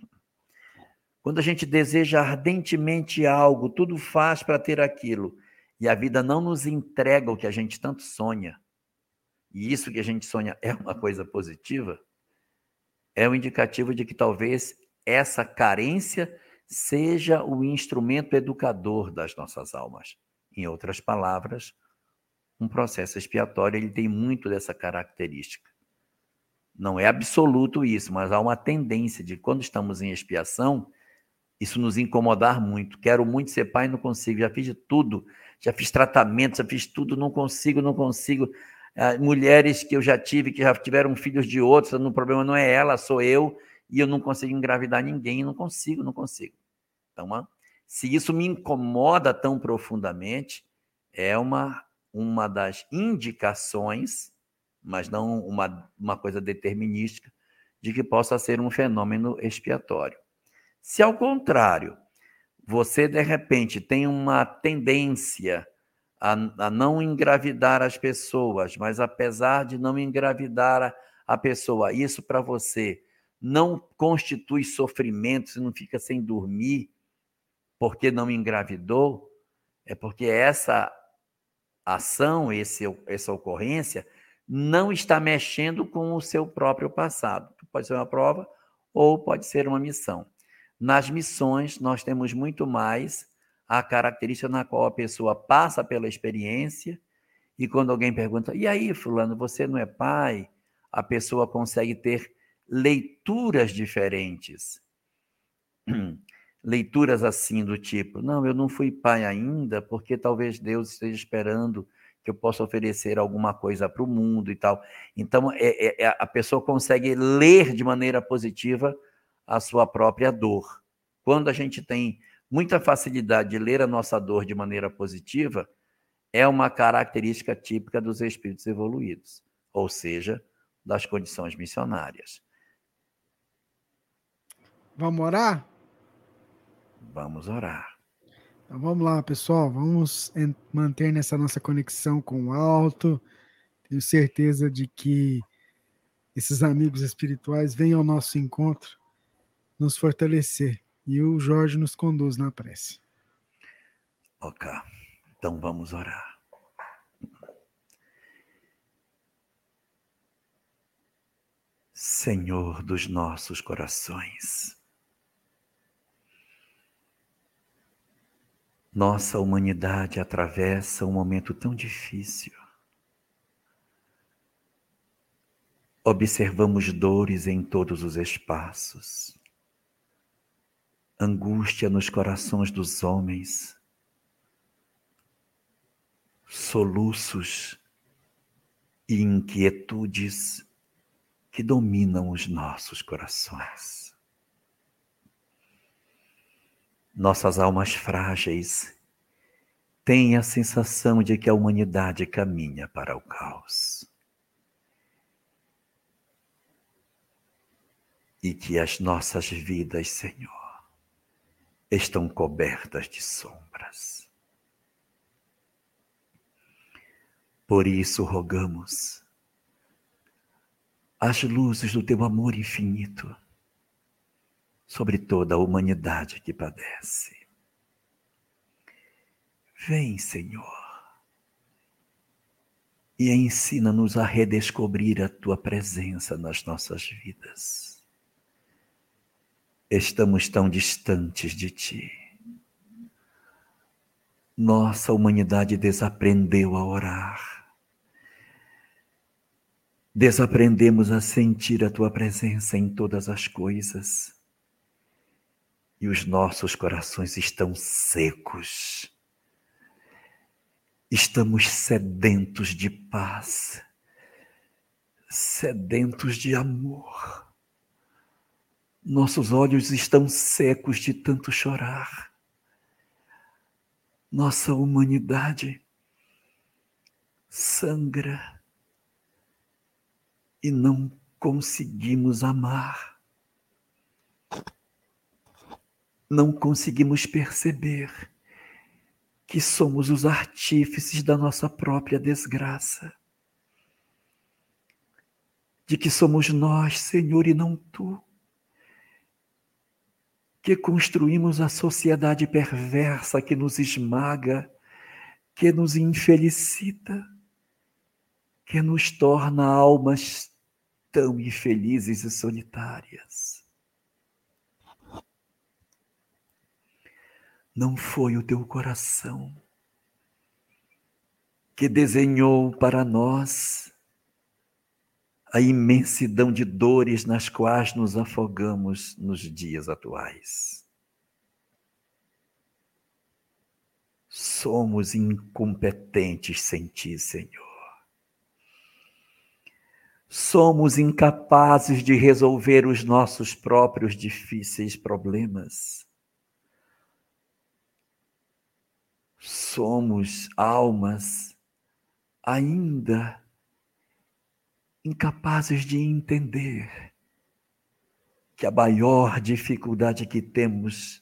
Quando a gente deseja ardentemente algo, tudo faz para ter aquilo, e a vida não nos entrega o que a gente tanto sonha, e isso que a gente sonha é uma coisa positiva, é um indicativo de que talvez essa carência seja o instrumento educador das nossas almas. Em outras palavras, um processo expiatório ele tem muito dessa característica. Não é absoluto isso, mas há uma tendência de, quando estamos em expiação, isso nos incomodar muito. Quero muito ser pai, não consigo. Já fiz de tudo. Já fiz tratamento, já fiz tudo, não consigo. Mulheres que eu já tive, que já tiveram filhos de outros, o problema não é ela, sou eu, e eu não consigo engravidar ninguém, não consigo. Então, se isso me incomoda tão profundamente, é uma das indicações, mas não uma coisa determinística, de que possa ser um fenômeno expiatório. Se, ao contrário, você, de repente, tem uma tendência a não engravidar as pessoas, mas apesar de não engravidar a pessoa, isso para você não constitui sofrimento, você não fica sem dormir porque não engravidou, é porque essa ação, essa ocorrência, não está mexendo com o seu próprio passado. Pode ser uma prova ou pode ser uma missão. Nas missões, nós temos muito mais a característica na qual a pessoa passa pela experiência e quando alguém pergunta, e aí, fulano, você não é pai? A pessoa consegue ter leituras diferentes. Leituras assim do tipo, não, eu não fui pai ainda porque talvez Deus esteja esperando que eu possa oferecer alguma coisa para o mundo e tal. Então, a pessoa consegue ler de maneira positiva a sua própria dor. Quando a gente tem muita facilidade de ler a nossa dor de maneira positiva, é uma característica típica dos espíritos evoluídos, ou seja, das condições missionárias. Vamos orar? Vamos orar. Então vamos lá, pessoal. Vamos manter nessa nossa conexão com o alto. Tenho certeza de que esses amigos espirituais vêm ao nosso encontro nos fortalecer. E o Jorge nos conduz na prece. Ok. Então vamos orar. Senhor dos nossos corações, nossa humanidade atravessa um momento tão difícil. Observamos dores em todos os espaços, angústia nos corações dos homens, soluços e inquietudes que dominam os nossos corações. Nossas almas frágeis têm a sensação de que a humanidade caminha para o caos. E que as nossas vidas, Senhor, estão cobertas de sombras. Por isso rogamos as luzes do teu amor infinito sobre toda a humanidade que padece. Vem, Senhor, e ensina-nos a redescobrir a tua presença nas nossas vidas. Estamos tão distantes de ti. Nossa humanidade desaprendeu a orar. Desaprendemos a sentir a tua presença em todas as coisas. E os nossos corações estão secos. Estamos sedentos de paz, sedentos de amor. Nossos olhos estão secos de tanto chorar. Nossa humanidade sangra e não conseguimos amar. Não conseguimos perceber que somos os artífices da nossa própria desgraça. De que somos nós, Senhor, e não tu, que construímos a sociedade perversa que nos esmaga, que nos infelicita, que nos torna almas tão infelizes e solitárias. Não foi o teu coração que desenhou para nós a imensidão de dores nas quais nos afogamos nos dias atuais. Somos incompetentes sem ti, Senhor. Somos incapazes de resolver os nossos próprios difíceis problemas. Somos almas ainda incapazes de entender que a maior dificuldade que temos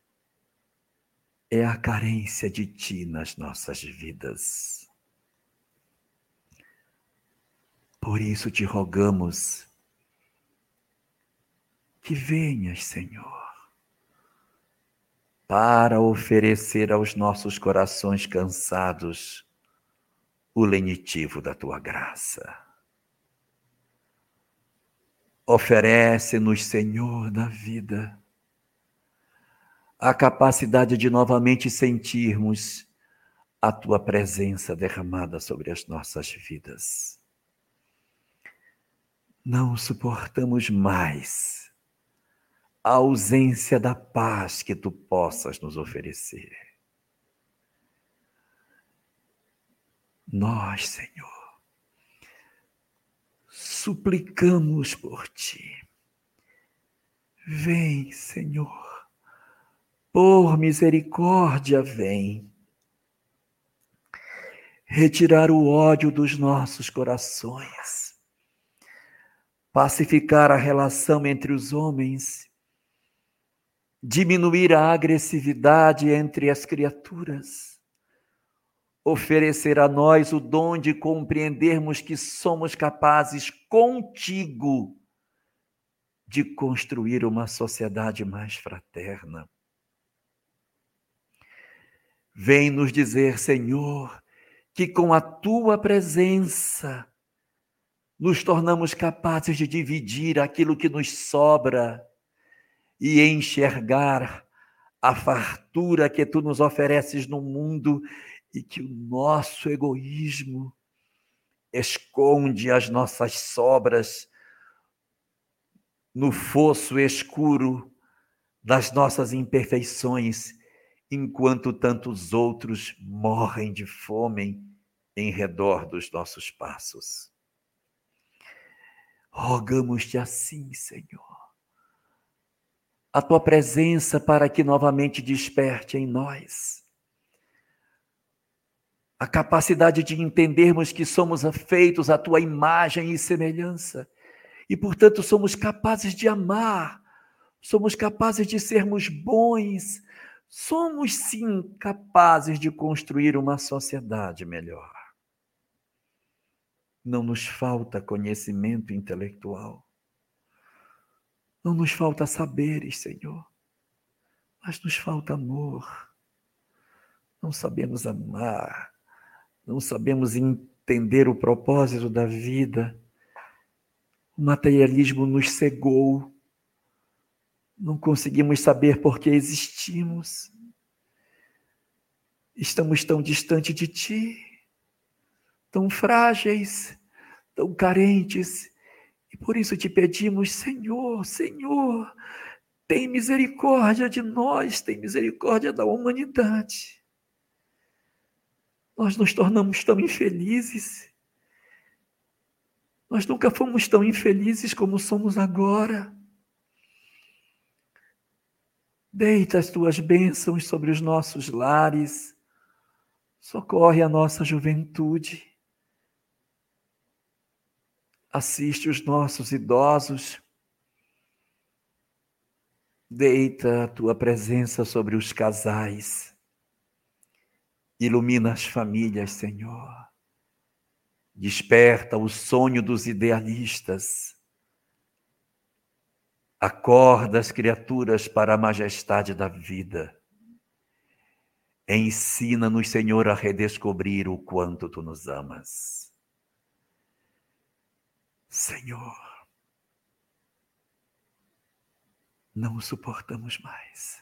é a carência de ti nas nossas vidas. Por isso te rogamos que venhas, Senhor, para oferecer aos nossos corações cansados o lenitivo da tua graça. Oferece-nos, Senhor, na vida, a capacidade de novamente sentirmos a tua presença derramada sobre as nossas vidas. Não suportamos mais a ausência da paz que tu possas nos oferecer. Nós, Senhor, suplicamos por ti. Vem, Senhor, por misericórdia, vem. Retirar o ódio dos nossos corações. Pacificar a relação entre os homens diminuir a agressividade entre as criaturas, oferecer a nós o dom de compreendermos que somos capazes contigo de construir uma sociedade mais fraterna. Vem nos dizer, Senhor, que com a tua presença nos tornamos capazes de dividir aquilo que nos sobra e enxergar a fartura que tu nos ofereces no mundo e que o nosso egoísmo esconde as nossas sobras no fosso escuro das nossas imperfeições, enquanto tantos outros morrem de fome em redor dos nossos passos. Rogamos-te assim, Senhor, a tua presença para que novamente desperte em nós a capacidade de entendermos que somos feitos à tua imagem e semelhança e, portanto, somos capazes de amar, somos capazes de sermos bons, somos sim capazes de construir uma sociedade melhor. Não nos falta conhecimento intelectual, não nos falta saberes, Senhor, mas nos falta amor. Não sabemos amar, não sabemos entender o propósito da vida. O materialismo nos cegou, não conseguimos saber por que existimos. Estamos tão distante de ti, tão frágeis, tão carentes, e por isso te pedimos, Senhor, Senhor, tem misericórdia de nós, tem misericórdia da humanidade. Nós nos tornamos tão infelizes. Nós nunca fomos tão infelizes como somos agora. Deita as tuas bênçãos sobre os nossos lares. Socorre a nossa juventude. Assiste os nossos idosos. Deita a tua presença sobre os casais. Ilumina as famílias, Senhor. Desperta o sonho dos idealistas. Acorda as criaturas para a majestade da vida. Ensina-nos, Senhor, a redescobrir o quanto tu nos amas. Senhor, não o suportamos mais.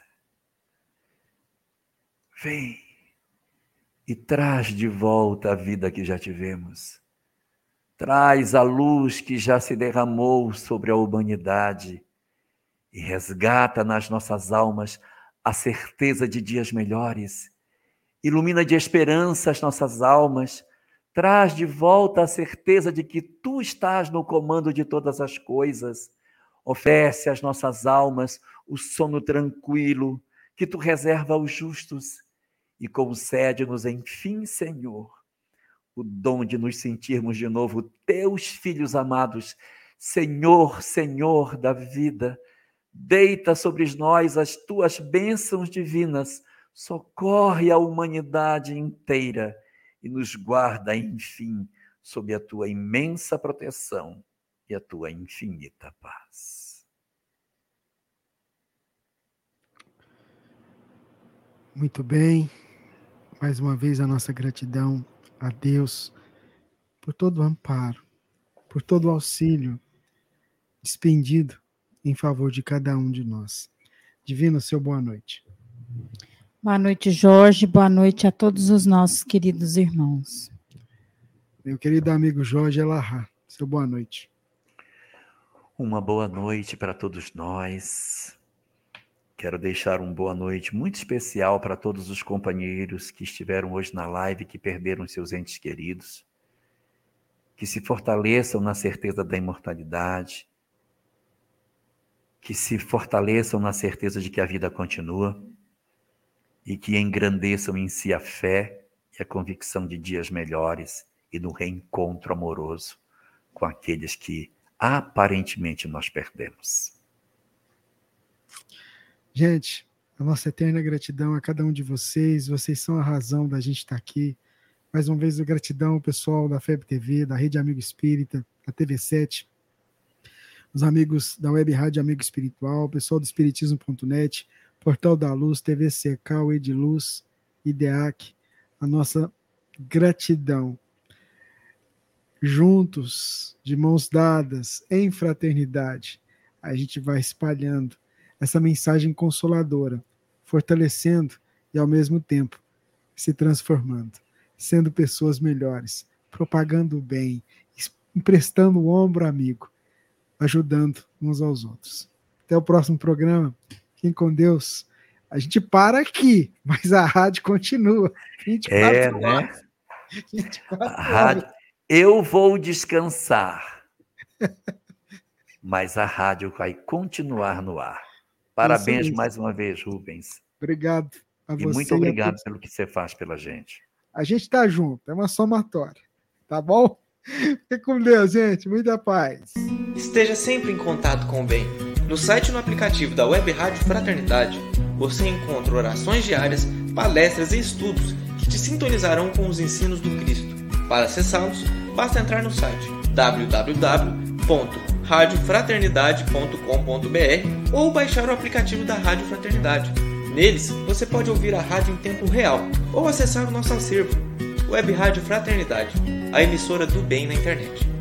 Vem e traz de volta a vida que já tivemos. Traz a luz que já se derramou sobre a humanidade e resgata nas nossas almas a certeza de dias melhores. Ilumina de esperança as nossas almas. Traz de volta a certeza de que tu estás no comando de todas as coisas. Oferece às nossas almas o sono tranquilo que tu reserva aos justos e concede-nos, enfim, Senhor, o dom de nos sentirmos de novo teus filhos amados. Senhor, Senhor da vida, deita sobre nós as tuas bênçãos divinas, socorre a humanidade inteira e nos guarda, enfim, sob a tua imensa proteção e a tua infinita paz. Muito bem. Mais uma vez a nossa gratidão a Deus por todo o amparo, por todo o auxílio despendido em favor de cada um de nós. Divino, seu boa noite. Boa noite, Jorge. Boa noite a todos os nossos queridos irmãos. Meu querido amigo Jorge Elahá, seu boa noite. Uma boa noite para todos nós. Quero deixar uma boa noite muito especial para todos os companheiros que estiveram hoje na live, que perderam seus entes queridos, que se fortaleçam na certeza da imortalidade, que se fortaleçam na certeza de que a vida continua e que engrandeçam em si a fé e a convicção de dias melhores e no reencontro amoroso com aqueles que aparentemente nós perdemos. Gente, a nossa eterna gratidão a cada um de vocês. Vocês são a razão da gente estar aqui. Mais uma vez, gratidão ao pessoal da FEB TV, da Rede Amigo Espírita, da TV7, os amigos da Web Rádio Amigo Espiritual, o pessoal do Espiritismo.net, Portal da Luz, TV Secal, Ediluz, IDEAC, a nossa gratidão. Juntos, de mãos dadas, em fraternidade, a gente vai espalhando essa mensagem consoladora, fortalecendo e, ao mesmo tempo, se transformando, sendo pessoas melhores, propagando o bem, emprestando o ombro amigo, ajudando uns aos outros. Até o próximo programa. Fiquem com Deus. A gente para aqui, mas a rádio continua. 24 horas. 24 a rádio, eu vou descansar, mas a rádio vai continuar no ar. Parabéns mais uma vez, Rubens. Obrigado a você. E muito obrigado pelo que você faz pela gente. A gente está junto, é uma somatória. Tá bom? Fique com Deus, gente. Muita paz. Esteja sempre em contato com o bem. No site e no aplicativo da Web Rádio Fraternidade, você encontra orações diárias, palestras e estudos que te sintonizarão com os ensinos do Cristo. Para acessá-los, basta entrar no site www.radiofraternidade.com.br ou baixar o aplicativo da Rádio Fraternidade. Neles, você pode ouvir a rádio em tempo real ou acessar o nosso acervo, Web Rádio Fraternidade, a emissora do bem na internet.